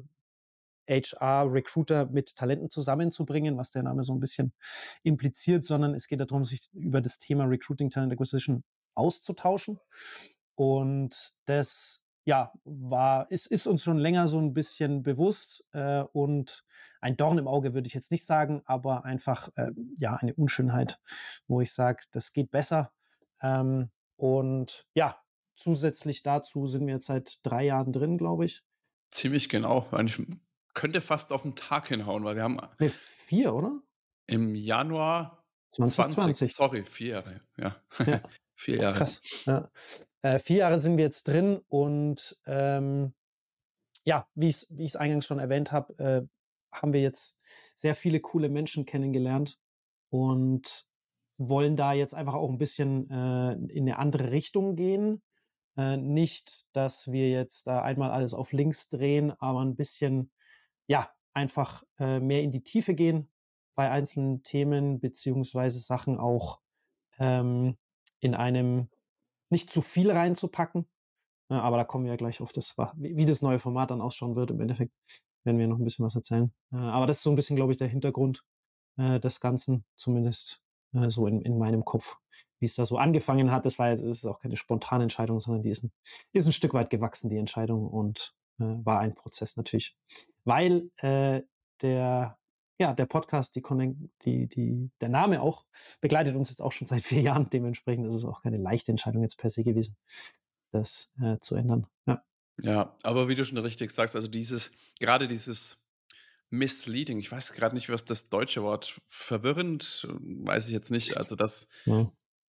H R-Recruiter mit Talenten zusammenzubringen, was der Name so ein bisschen impliziert, sondern es geht darum, sich über das Thema Recruiting, Talent Acquisition auszutauschen. Und das, ja, war ist ist uns schon länger so ein bisschen bewusst, äh, und ein Dorn im Auge würde ich jetzt nicht sagen, aber einfach, ähm, ja, eine Unschönheit, wo ich sage, das geht besser. Ähm, und ja, zusätzlich dazu sind wir jetzt seit drei Jahren drin, glaube ich. Ziemlich genau. Ich könnte fast auf den Tag hinhauen, weil wir haben Ne, vier, oder? im Januar zwanzig, zwanzig zwanzig. sorry, vier Jahre, ja. Ja. Vier Oh, Jahre. krass. Ja. Äh, vier Jahre sind wir jetzt drin und, ähm, ja, wie ich's wie ich's eingangs schon erwähnt habe, äh, haben wir jetzt sehr viele coole Menschen kennengelernt und wollen da jetzt einfach auch ein bisschen, äh, in eine andere Richtung gehen. Äh, nicht, dass wir jetzt da einmal alles auf links drehen, aber ein bisschen, ja, einfach, äh, mehr in die Tiefe gehen bei einzelnen Themen beziehungsweise Sachen auch, ähm, in einem nicht zu viel reinzupacken, ne, aber da kommen wir ja gleich auf das wa wie wie das neue Format dann ausschauen wird. Im Endeffekt werden wir noch ein bisschen was erzählen. Äh, aber das ist so ein bisschen, glaube ich, der Hintergrund, äh, des Ganzen, zumindest, äh, so in in meinem Kopf, wie es da so angefangen hat. Das war jetzt ist auch keine spontane Entscheidung, sondern die ist ein ist 'n Stück weit gewachsen, die Entscheidung und, äh, war ein Prozess natürlich. Weil, äh, der ja, der Podcast, die Connect die die der Name auch begleitet uns jetzt auch schon seit vier Jahren. Dementsprechend ist es auch keine leichte Entscheidung jetzt per se gewesen, das, äh, zu ändern. Ja. Ja, aber wie du schon richtig sagst, also dieses gerade dieses misleading, ich weiß gerade nicht, was das deutsche Wort verwirrend, äh, weiß ich jetzt nicht. Also das Ja.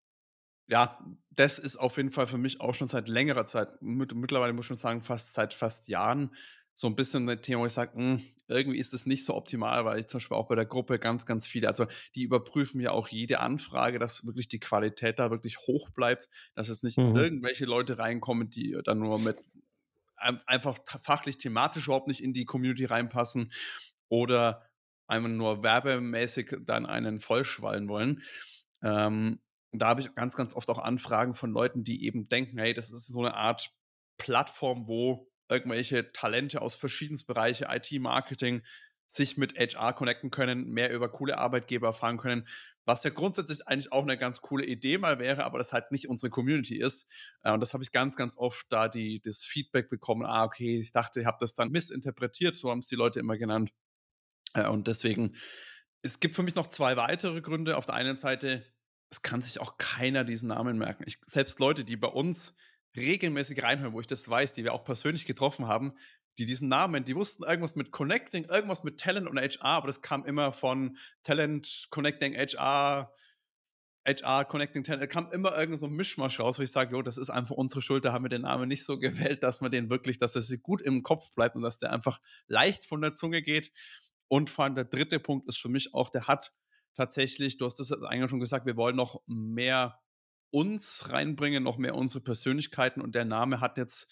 ja, das ist auf jeden Fall für mich auch schon seit längerer Zeit, mit mittlerweile muss ich schon sagen, fast seit fast Jahren, so 'n bisschen 'ne Thema, wo ich sage: „Hm, irgendwie ist es nicht so optimal“, weil ich zum Beispiel auch bei der Gruppe ganz, ganz viele also, die überprüfen ja auch jede Anfrage, dass wirklich die Qualität da wirklich hoch bleibt, dass jetzt nicht Mhm. irgendwelche Leute reinkommen, die dann nur mit ein einfach ta fachlich, thematisch überhaupt nicht in die Community reinpassen oder einfach nur werbemäßig dann einen vollschwallen wollen. Ähm, und da habe ich ganz, ganz oft auch Anfragen von Leuten, die eben denken: „Hey, das ist so 'ne Art Plattform, wo irgendwelche Talente aus verschiedensten Bereiche, I T-Marketing, sich mit H R connecten können, mehr über coole Arbeitgeber erfahren können“, was ja grundsätzlich eigentlich auch 'ne ganz coole Idee mal wäre, aber das halt nicht unsere Community ist. Äh, und das habe ich ganz, ganz oft da die das Feedback bekommen: „Ah, okay, ich dachte, ihr habt das dann missinterpretiert“, so haben's die Leute immer genannt. Äh, und deswegen es gibt für mich noch zwei weitere Gründe. Auf der einen Seite, es kann sich auch keiner diesen Namen merken. Ich selbst Leute, die bei uns regelmäßig reinhören, wo ich das weiß, die wir auch persönlich getroffen haben, die diesen Namen die wussten irgendwas mit Connecting, irgendwas mit Talent und H R, aber das kam immer von Talent, Connecting H R, H R, Connecting Talent. Da kam immer irgend so 'n Mischmasch raus, wo ich sage: „Jo, das ist einfach unsere Schuld, da haben wir den Namen nicht so gewählt, dass man den wirklich dass das gut im Kopf bleibt und dass der einfach leicht von der Zunge geht.“ Und vor allem der dritte Punkt ist für mich auch, der hat tatsächlich du hast das eingangs schon gesagt, wir wollen noch mehr uns reinbringen, noch mehr unsere Persönlichkeiten und der Name hat jetzt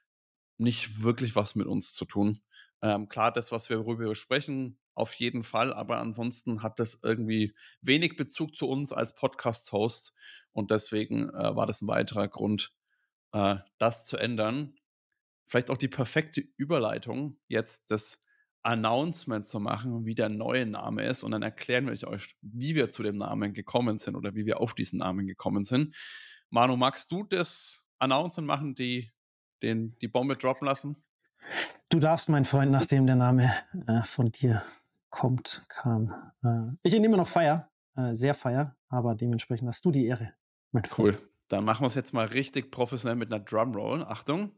nicht wirklich was mit uns zu tun. Ähm, klar, das, was wir worüber wir sprechen, auf jeden Fall, aber ansonsten hat das irgendwie wenig Bezug zu uns als Podcast-Host und deswegen, äh, war das 'n weiterer Grund, äh, das zu ändern. Vielleicht auch die perfekte Überleitung, jetzt das Announcement zu machen, wie der neue Name ist und dann erklären wir ich euch, wie wir zu dem Namen gekommen sind oder wie wir auf diesen Namen gekommen sind. Manu, magst du das Announcement machen, die den die Bombe droppen lassen? Du darfst, mein Freund, nachdem der Name, äh, von dir kommt kam, äh, ich ihn immer noch feiere, äh, sehr feiere, aber dementsprechend hast du die Ehre, mein Cool. Freund. Dann machen wir's jetzt mal richtig professionell mit 'ner Drumroll. Achtung.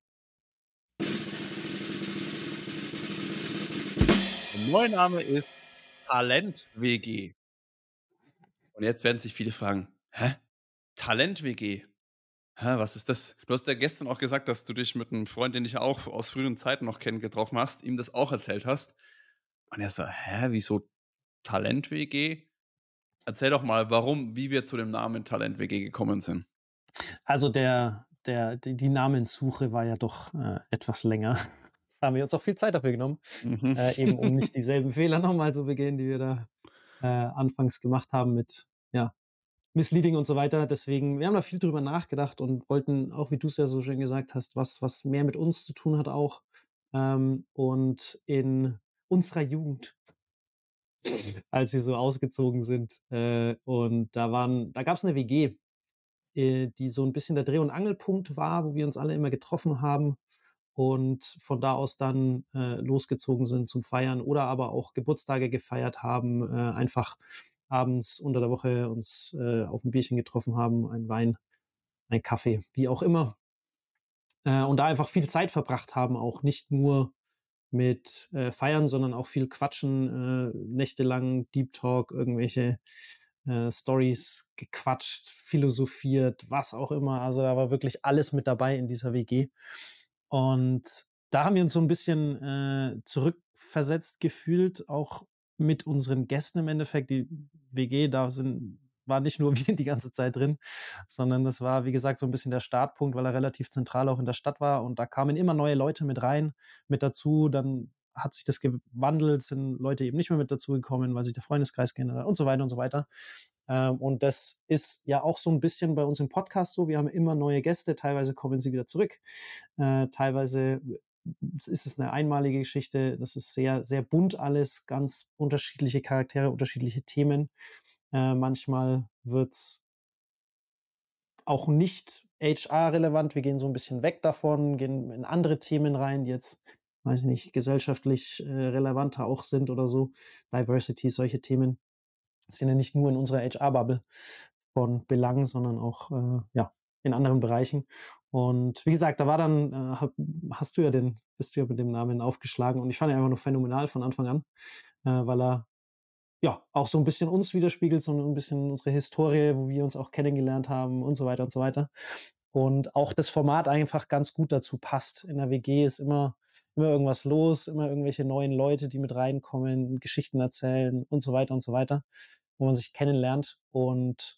Der neue Name ist Talent-WG. Und jetzt werden sich viele fragen: „Hä? Talent-WG? Hä, was ist das?“ Du hast ja gestern auch gesagt, dass du dich mit 'nem Freund, den ich auch aus früheren Zeiten noch kenne, getroffen hast, ihm das auch erzählt hast. Und er so: „Hä, wieso Talent-WG?“ Erzähl doch mal, warum wie wir zu dem Namen Talent-WG gekommen sind. Also, der der die die Namenssuche war ja doch, äh, etwas länger. Da haben wir uns auch viel Zeit dafür genommen, Mhm. äh, eben um nicht dieselben Fehler noch mal zu begehen, die wir da, äh, anfangs gemacht haben mit, ja, Misleading und so weiter. Deswegen wir haben da viel drüber nachgedacht und wollten auch, wie du's ja so schön gesagt hast, was was mehr mit uns zu tun hat auch. Ähm, und in unserer Jugend als wir so ausgezogen sind, äh, und da waren da gab's 'ne WG, äh, die so 'n bisschen der Dreh und Angelpunkt war, wo wir uns alle immer getroffen haben und von da aus dann, äh, losgezogen sind zum Feiern oder aber auch Geburtstage gefeiert haben, äh, einfach abends unter der Woche uns, äh, auf 'n Bierchen getroffen haben, einen Wein, einen Kaffee, wie auch immer. Äh, und da einfach viel Zeit verbracht haben, auch nicht nur mit, äh, Feiern, sondern auch viel Quatschen, äh, nächtelang Deep Talk, irgendwelche, äh, Storys gequatscht, philosophiert, was auch immer. Also, da war wirklich alles mit dabei in dieser WG. Und da haben wir uns so 'n bisschen, äh, zurückversetzt gefühlt, auch mit unseren Gästen im Endeffekt. Die WG, da sind waren nicht nur wir die ganze Zeit drin, sondern das war, wie gesagt, so 'n bisschen der Startpunkt, weil er relativ zentral auch in der Stadt war und da kamen immer neue Leute mit rein mit dazu. Dann hat sich das gewandelt, sind Leute eben nicht mehr mit dazugekommen, weil sich der Freundeskreis geändert hat und so weiter und so weiter. Ähm, und das ist ja auch so 'n bisschen bei uns im Podcast so. Wir haben immer neue Gäste, teilweise kommen sie wieder zurück. Äh, teilweise w ist es 'ne einmalige Geschichte. Das ist sehr, sehr bunt alles, ganz unterschiedliche Charaktere, unterschiedliche Themen. Äh, manchmal wird's auch nicht H R-relevant. Wir gehen so 'n bisschen weg davon, gehen in andere Themen rein, die jetzt, weiß ich nicht, gesellschaftlich, äh, relevanter auch sind oder so. Diversity, solche Themen sind ja nicht nur in unserer H R-Bubble von Belang, sondern auch, äh, ja, in anderen Bereichen. Und wie gesagt, da war dann, äh, ha hast du ja den bist du ja mit dem Namen aufgeschlagen und ich fand ihn einfach nur phänomenal von Anfang an, äh, weil er, ja, auch so 'n bisschen uns widerspiegelt, so 'n bisschen unsere Historie, wo wir uns auch kennengelernt haben und so weiter und so weiter. Und auch das Format einfach ganz gut dazu passt. In 'ner WG ist immer immer irgendwas los, immer irgendwelche neuen Leute, die mit reinkommen, Geschichten erzählen und so weiter und so weiter, wo man sich kennenlernt. Und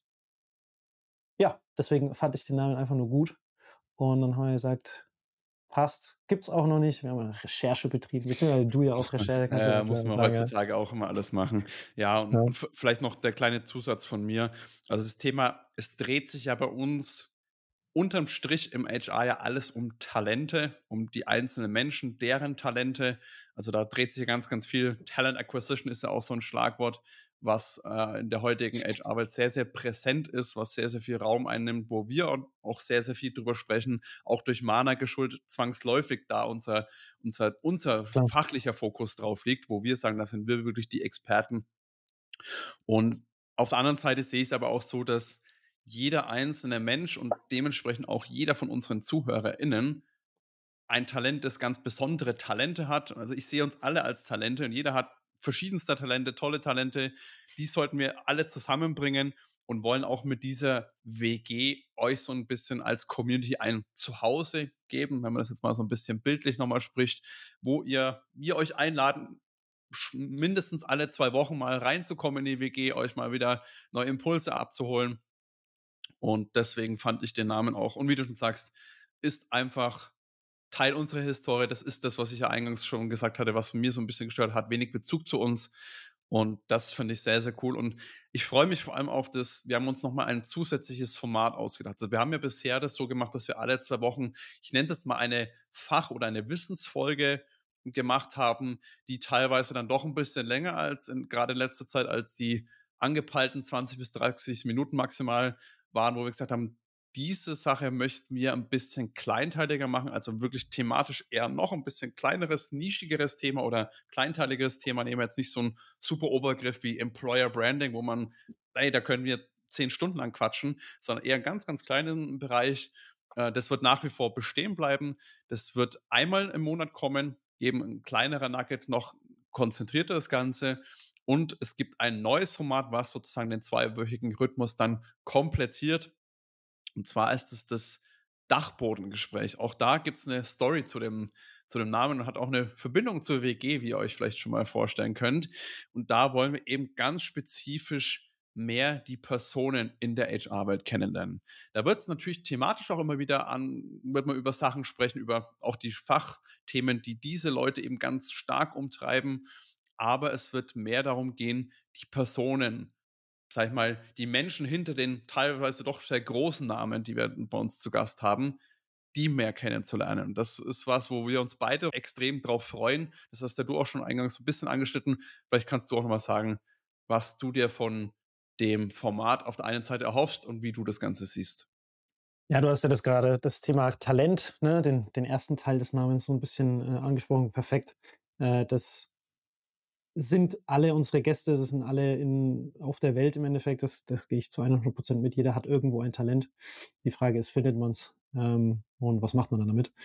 ja, deswegen fand ich den Namen einfach nur gut. Und dann haben wir gesagt: „Passt.“ Gibt's auch noch nicht. Wir haben eine Recherche betrieben, beziehungsweise du ja auch Muss man Recherche, kannst du ja äh, muss mittlerweile man sagen, ja. heutzutage auch immer alles machen. Ja, und Ja, und v vielleicht noch der kleine Zusatz von mir. Also, das Thema, es dreht sich ja bei uns unterm Strich im H R ja alles um Talente, um die einzelnen Menschen, deren Talente. Also, da dreht sich ja ganz, ganz viel. Talent Acquisition ist ja auch so ein Schlagwort, was, äh, in der heutigen H R-Welt sehr, sehr präsent ist, was sehr, sehr viel Raum einnimmt, wo wir au auch sehr, sehr viel drüber sprechen, auch durch Mana geschuldet, zwangsläufig, da unser unser unser klar. fachlicher Fokus drauf liegt, wo wir sagen, da sind wir wirklich die Experten. Und auf der anderen Seite sehe ich es aber auch so, dass jeder einzelne Mensch und dementsprechend auch jeder von unseren ZuhörerInnen ein Talent, das ganz besondere Talente hat. Also, ich sehe uns alle als Talente und jeder hat verschiedenste Talente, tolle Talente. Die sollten wir alle zusammenbringen und wollen auch mit dieser W G euch so ein bisschen als Community ein Zuhause geben, wenn man das jetzt mal so ein bisschen bildlich noch mal spricht, wo ihr wir euch einladen, sch mindestens alle zwei Wochen mal reinzukommen in die W G, euch mal wieder neue Impulse abzuholen. Und deswegen fand ich den Namen auch, und wie du schon sagst, ist einfach Teil unserer Historie. Das ist das, was ich ja eingangs schon gesagt hatte, was mir so ein bisschen gestört hat, wenig Bezug zu uns. Und das finde ich sehr, sehr cool. Und ich freue mich vor allem auf das, wir haben uns noch mal ein zusätzliches Format ausgedacht. Also, wir haben ja bisher das so gemacht, dass wir alle zwei Wochen, ich nenne das mal eine Fach oder eine Wissensfolge gemacht haben, die teilweise dann doch ein bisschen länger als in grade in letzter Zeit als die angepeilten zwanzig bis dreißig Minuten maximal waren, wo wir gesagt haben, diese Sache möchten wir ein bisschen kleinteiliger machen, also wirklich thematisch eher noch ein bisschen kleineres, nischigeres Thema oder kleinteiligeres Thema. Nehmen wir jetzt nicht so 'n super Obergriff wie Employer Branding, wo man, ey, da können wir zehn Stunden lang quatschen, sondern eher 'n ganz, ganz kleinen Bereich. Äh, das wird nach wie vor bestehen bleiben. Das wird einmal im Monat kommen, eben 'n kleinerer Nugget, noch konzentrierter das Ganze. Und es gibt ein neues Format, was sozusagen den zweiwöchigen Rhythmus dann komplettiert. Und zwar ist es das Dachbodengespräch. Auch da gibt's 'ne Story zu dem zu dem Namen und hat auch 'ne Verbindung zur W G, wie ihr euch vielleicht schon mal vorstellen könnt. Und da wollen wir eben ganz spezifisch mehr die Personen in der H R-Welt kennenlernen. Da wird's natürlich thematisch auch immer wieder an wird man über Sachen sprechen, über auch die Fachthemen, die diese Leute eben ganz stark umtreiben. Aber es wird mehr darum gehen, die Personen, sage ich mal, die Menschen hinter den teilweise doch sehr großen Namen, die wir bei uns zu Gast haben, die mehr kennenzulernen. Und das ist was, wo wir uns beide extrem drauf freuen. Das hast ja du auch schon eingangs so 'n bisschen angeschnitten. Vielleicht kannst du auch noch mal sagen, was du dir von dem Format auf der einen Seite erhoffst und wie du das Ganze siehst. Ja, du hast ja das gerade das Thema Talent, ne, den den ersten Teil des Namens so ein bisschen, äh, angesprochen. Perfekt. Äh, das sind alle unsere Gäste, das sind alle in auf der Welt im Endeffekt. Das das gehe ich zu hundert mit. Jeder hat irgendwo ein Talent. Die Frage ist, findet man's, ähm, und was macht man dann damit?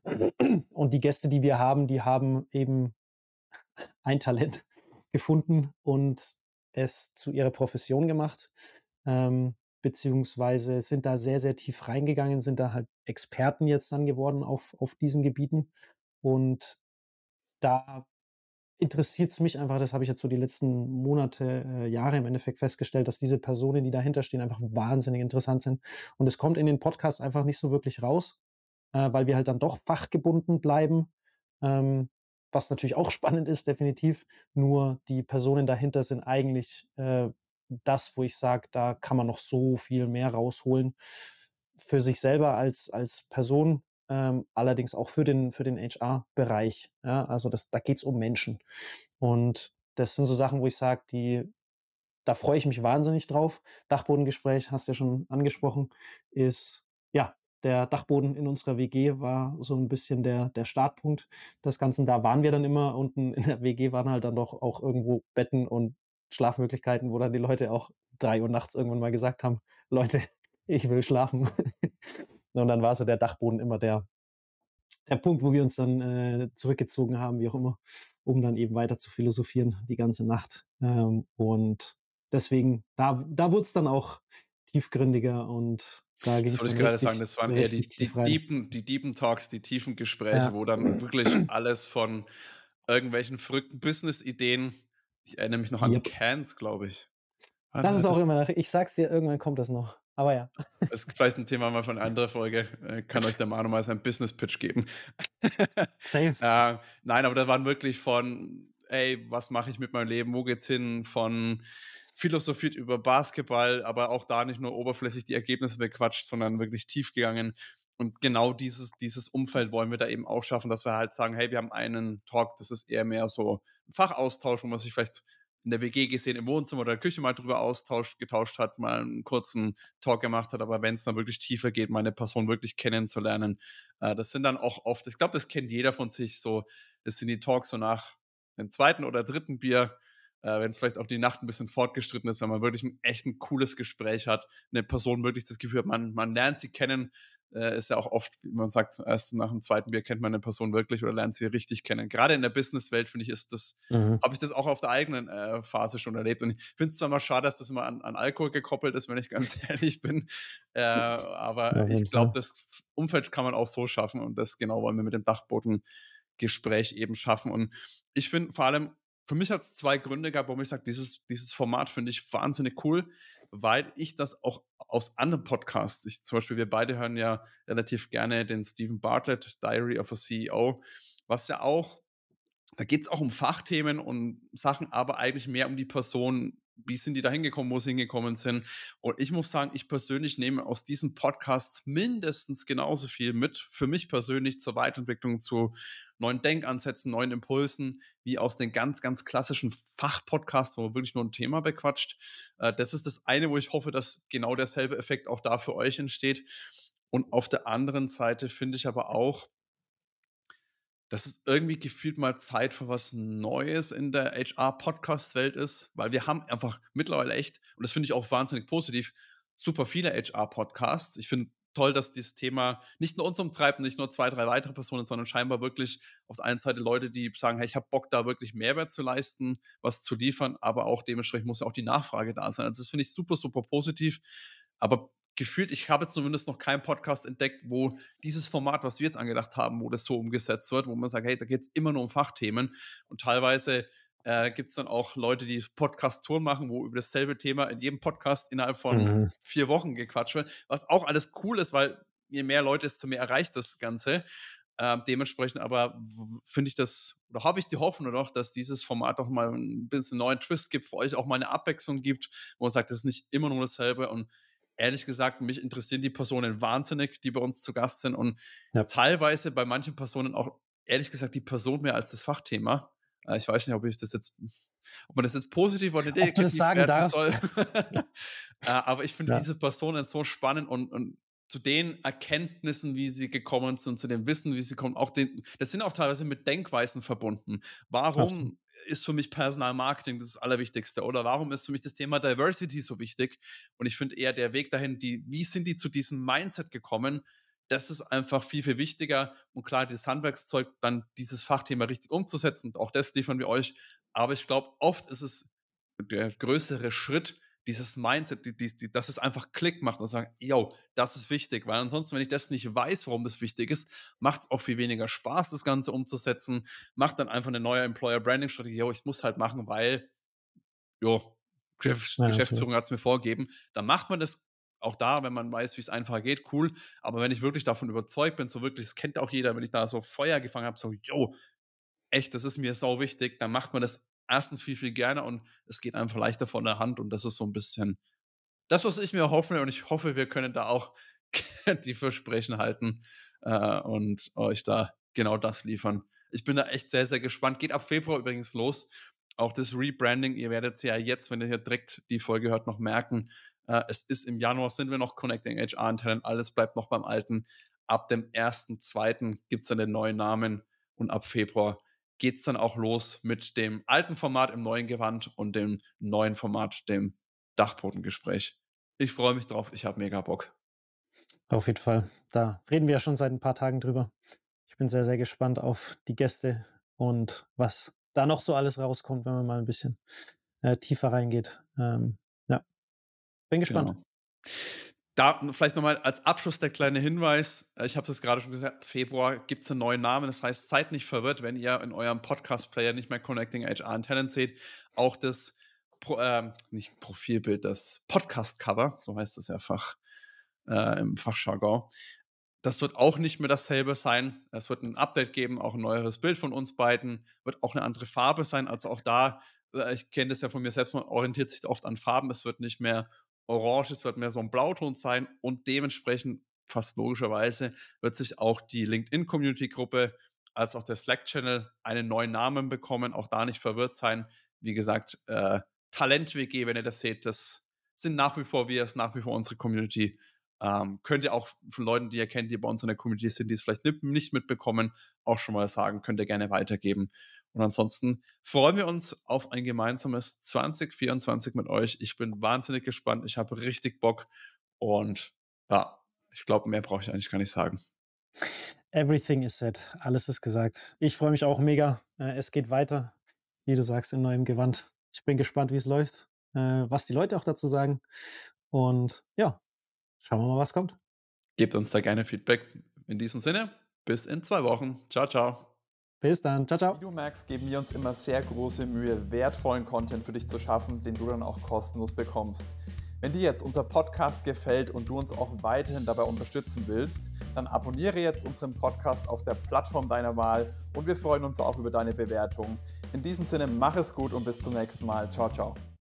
Und die Gäste, die wir haben, die haben eben ein Talent gefunden und es zu ihrer Profession gemacht, ähm, beziehungsweise sind da sehr, sehr tief reingegangen, sind da halt Experten jetzt dann geworden auf auf diesen Gebieten. Und da interessiert es mich einfach, das habe ich jetzt so die letzten Monate, äh, Jahre im Endeffekt festgestellt, dass diese Personen, die dahinter stehen, einfach wahnsinnig interessant sind. Und es kommt in den Podcasts einfach nicht so wirklich raus, äh, weil wir halt dann doch fachgebunden bleiben, ähm, was natürlich auch spannend ist, definitiv. Nur die Personen dahinter sind eigentlich, äh, das, wo ich sage, da kann man noch so viel mehr rausholen für sich selber als als Person, ähm, allerdings auch für den für den H R-Bereich, ja? Also, das da geht's um Menschen. Und das sind so Sachen, wo ich sage, die da freue ich mich wahnsinnig drauf. Dachbodengespräch, hast du ja schon angesprochen, ist ja, der Dachboden in unserer W G war so ein bisschen der der Startpunkt des Ganzen. Da waren wir dann immer unten in der W G waren halt dann doch auch irgendwo Betten und Schlafmöglichkeiten, wo dann die Leute auch drei Uhr nachts irgendwann mal gesagt haben: „Leute, ich will schlafen.“ Und dann war so der Dachboden immer der der Punkt, wo wir uns dann, äh, zurückgezogen haben, wie auch immer, um dann eben weiter zu philosophieren die ganze Nacht. Ähm, und deswegen, da da wurde es dann auch tiefgründiger und Da Das ging's wollte ich dann grade sagen, richtig das waren eher richtig die tief die rein. deepen die deepen Talks, die tiefen Gespräche, Ja. wo dann wirklich alles von irgendwelchen verrückten Businessideen ich erinnere mich noch an Jep. Cannes, glaube ich. Ah, Das ist das auch immer nach ich sage es dir, irgendwann kommt das noch. Aber ja. ist vielleicht 'n Thema mal für 'ne andere Folge. Äh, kann euch der Manu mal seinen Business-Pitch geben. Safe. Äh, nein, aber da waren wirklich von: „Ey, was mache ich mit meinem Leben? Wo geht's hin?“ Von philosophiert über Basketball, aber auch da nicht nur oberflächlich die Ergebnisse bequatscht, sondern wirklich tief gegangen. Und genau dieses dieses Umfeld wollen wir da eben auch schaffen, dass wir halt sagen: „Hey, wir haben einen Talk, das ist eher mehr so 'n Fachaustausch, wo man sich vielleicht in der W G gesehen im Wohnzimmer oder Küche mal drüber austauscht getauscht hat, mal 'n kurzen Talk gemacht hat.“ Aber wenn's dann wirklich tiefer geht, mal 'ne Person wirklich kennenzulernen, äh, das sind dann auch oft ich glaube, das kennt jeder von sich so. Das sind die Talks so nach dem zweiten oder dritten Bier, äh, wenn's vielleicht auch die Nacht 'n bisschen fortgeschritten ist, wenn man wirklich 'n echt 'n cooles Gespräch hat, 'ne Person wirklich das Gefühl hat, man man lernt sie kennen. Äh, ist ja auch oft, wie man sagt, erst nach dem zweiten Bier kennt man 'ne Person wirklich oder lernt sie richtig kennen. Grade in der Businesswelt, finde ich, ist das Mhm. habe ich das auch auf der eigenen, äh, Phase schon erlebt. Und ich finde es zwar immer schade, dass das immer an an Alkohol gekoppelt ist, wenn ich ganz ehrlich bin, äh, Ja, aber auf jeden ich glaube, Fall. das F Umfeld kann man auch so schaffen und das genau wollen wir mit dem Dachbodengespräch eben schaffen. Und ich finde vor allem für mich hat's zwei Gründe gehabt, warum ich sage, dieses dieses Format finde ich wahnsinnig cool, weil ich das auch aus anderen Podcasts ich zum Beispiel wir beide hören ja relativ gerne den Steven Bartlett, „Diary of a C E O“, was ja auch da geht's auch um Fachthemen und Sachen, aber eigentlich mehr um die Person. Wie sind die da hingekommen, wo sie hingekommen sind? Und ich muss sagen, ich persönlich nehme aus diesem Podcast mindestens genauso viel mit für mich persönlich zur Weiterentwicklung zu neuen Denkansätzen, neuen Impulsen, wie aus den ganz, ganz klassischen Fachpodcasts, wo man wirklich nur 'n Thema bequatscht. Äh, das ist das eine, wo ich hoffe, dass genau derselbe Effekt auch da für euch entsteht. Und auf der anderen Seite finde ich aber auch dass es irgendwie gefühlt mal Zeit für was Neues in der H R-Podcast-Welt ist, weil wir haben einfach mittlerweile echt und das finde ich auch wahnsinnig positiv, super viele H R-Podcasts. Ich finde toll, dass dieses Thema nicht nur uns umtreibt, nicht nur zwei, drei weitere Personen, sondern scheinbar wirklich auf der einen Seite Leute, die sagen: „Hey, ich habe Bock, da wirklich Mehrwert zu leisten, was zu liefern“, aber auch dementsprechend muss ja auch die Nachfrage da sein. Also, das finde ich super, super positiv. Aber gefühlt ich habe jetzt zumindest noch keinen Podcast entdeckt, wo dieses Format, was wir jetzt angedacht haben, wo das so umgesetzt wird, wo man sagt: „Hey, da geht's immer nur um Fachthemen.“ Und teilweise, äh, gibt's dann auch Leute, die Podcast-Touren machen, wo über dasselbe Thema in jedem Podcast innerhalb von Mhm. vier Wochen gequatscht wird, was auch alles cool ist, weil je mehr Leute, desto mehr erreicht das Ganze. Ähm, dementsprechend aber w finde ich das oder habe ich die Hoffnung doch, dass dieses Format auch mal 'n bisschen neuen Twist gibt, für euch auch mal 'ne Abwechslung gibt, wo man sagt, das ist nicht immer nur dasselbe. Und ehrlich gesagt, mich interessieren die Personen wahnsinnig, die bei uns zu Gast sind und Ja. teilweise bei manchen Personen auch ehrlich gesagt die Person mehr als das Fachthema. Äh, ich weiß nicht, ob ich das jetzt ob man das jetzt positiv oder Ob du das negativ sagen werten darfst? soll. Äh, aber ich finde Ja. diese Personen so spannend und und zu den Erkenntnissen, wie sie gekommen sind, zu dem Wissen, wie sie kommen, auch den das sind auch teilweise mit Denkweisen verbunden. Absolut. Warum ist für mich Personalmarketing das Allerwichtigste oder warum ist für mich das Thema Diversity so wichtig? Und ich finde eher der Weg dahin, die wie sind die zu diesem Mindset gekommen? Das ist einfach viel, viel wichtiger. Und klar, dieses Handwerkszeug, dann dieses Fachthema richtig umzusetzen, auch das liefern wir euch. Aber ich glaube, oft ist es der größere Schritt, dieses Mindset, die dies die dass es einfach Klick macht und sagen: „Jo, das ist wichtig.“ Weil ansonsten, wenn ich das nicht weiß, warum das wichtig ist, macht's auch viel weniger Spaß, das Ganze umzusetzen. Macht dann einfach 'ne neue Employer-Branding-Strategie: „Jo, ich muss halt machen, weil, jo, Geschäfts Ja, absolut. Geschäftsführung hat's mir vorgegeben.“ Dann macht man das auch da, wenn man weiß, wie's einfacher geht, cool. Aber wenn ich wirklich davon überzeugt bin, so wirklich das kennt auch jeder, wenn ich da so Feuer gefangen habe, so: „Jo, echt, das ist mir sauwichtig“, dann macht man das erstens viel, viel gerne und es geht einfach leichter von der Hand. Und das ist so 'n bisschen das, was ich mir erhoffe und ich hoffe, wir können da auch die Versprechen halten, äh, und euch da genau das liefern. Ich bin da echt sehr, sehr gespannt. Geht ab Februar übrigens los. Auch das Rebranding, ihr werdet's ja jetzt, wenn ihr hier direkt die Folge hört, noch merken. Äh, es ist im Januar sind wir noch Connecting H R intern, alles bleibt noch beim Alten. Ab dem ersten zweiten gibt's dann den neuen Namen und ab Februar geht's dann auch los mit dem alten Format im neuen Gewand und dem neuen Format, dem Dachbodengespräch. Ich freue mich drauf, ich habe mega Bock. Auf jeden Fall. Da reden wir ja schon seit 'n paar Tagen drüber. Ich bin sehr, sehr gespannt auf die Gäste und was da noch so alles rauskommt, wenn man mal 'n bisschen, äh, tiefer reingeht. Ähm, ja, bin gespannt. Genau. Da vielleicht noch mal als Abschluss der kleine Hinweis. Äh, ich habe es gerade schon gesagt, Februar gibt's 'n neuen Namen. Das heißt, seid nicht verwirrt, wenn ihr in eurem Podcast-Player nicht mehr „Connecting H R and Talent“ seht. Auch das Pro ähm, nicht Profilbild, das Podcast-Cover, so heißt es ja Fach äh, im Fachjargon. Das wird auch nicht mehr dasselbe sein. Es wird 'n Update geben, auch 'n neueres Bild von uns beiden, wird auch 'ne andere Farbe sein. Also, auch da äh, ich kenne das ja von mir selbst, man orientiert sich da oft an Farben. Es wird nicht mehr orange, es wird mehr so 'n Blauton sein und dementsprechend, fast logischerweise, wird sich auch die LinkedIn-Community-Gruppe als auch der Slack-Channel einen neuen Namen bekommen. Auch da nicht verwirrt sein. Wie gesagt, äh, Talent-W G, wenn ihr das seht, das sind nach wie vor wir, ist nach wie vor unsere Community. Ähm, könnt ihr auch von Leuten, die ihr kennt, die bei uns in der Community sind, die's vielleicht nip nicht mitbekommen, auch schon mal sagen, könnt ihr gerne weitergeben. Und ansonsten freuen wir uns auf ein gemeinsames zwanzig vierundzwanzig mit euch. Ich bin wahnsinnig gespannt. Ich habe richtig Bock und ja, ich glaube, mehr brauche ich eigentlich gar nicht sagen. Everything is said. Alles ist gesagt. Ich freue mich auch mega. Äh, es geht weiter, wie du sagst, in neuem Gewand. Ich bin gespannt, wie's läuft, äh, was die Leute auch dazu sagen. Und ja, schauen wir mal, was kommt. Gebt uns da gerne Feedback. In diesem Sinne, bis in zwei Wochen. Tschau, tschau. Bis dann. Tschau, Wie tschau. du merkst, geben wir uns immer sehr große Mühe, wertvollen Content für dich zu schaffen, den du dann auch kostenlos bekommst. Wenn dir jetzt unser Podcast gefällt und du uns auch weiterhin dabei unterstützen willst, dann abonniere jetzt unseren Podcast auf der Plattform deiner Wahl und wir freuen uns auch über deine Bewertung. In diesem Sinne, mach es gut und bis zum nächsten Mal. Ciao, ciao.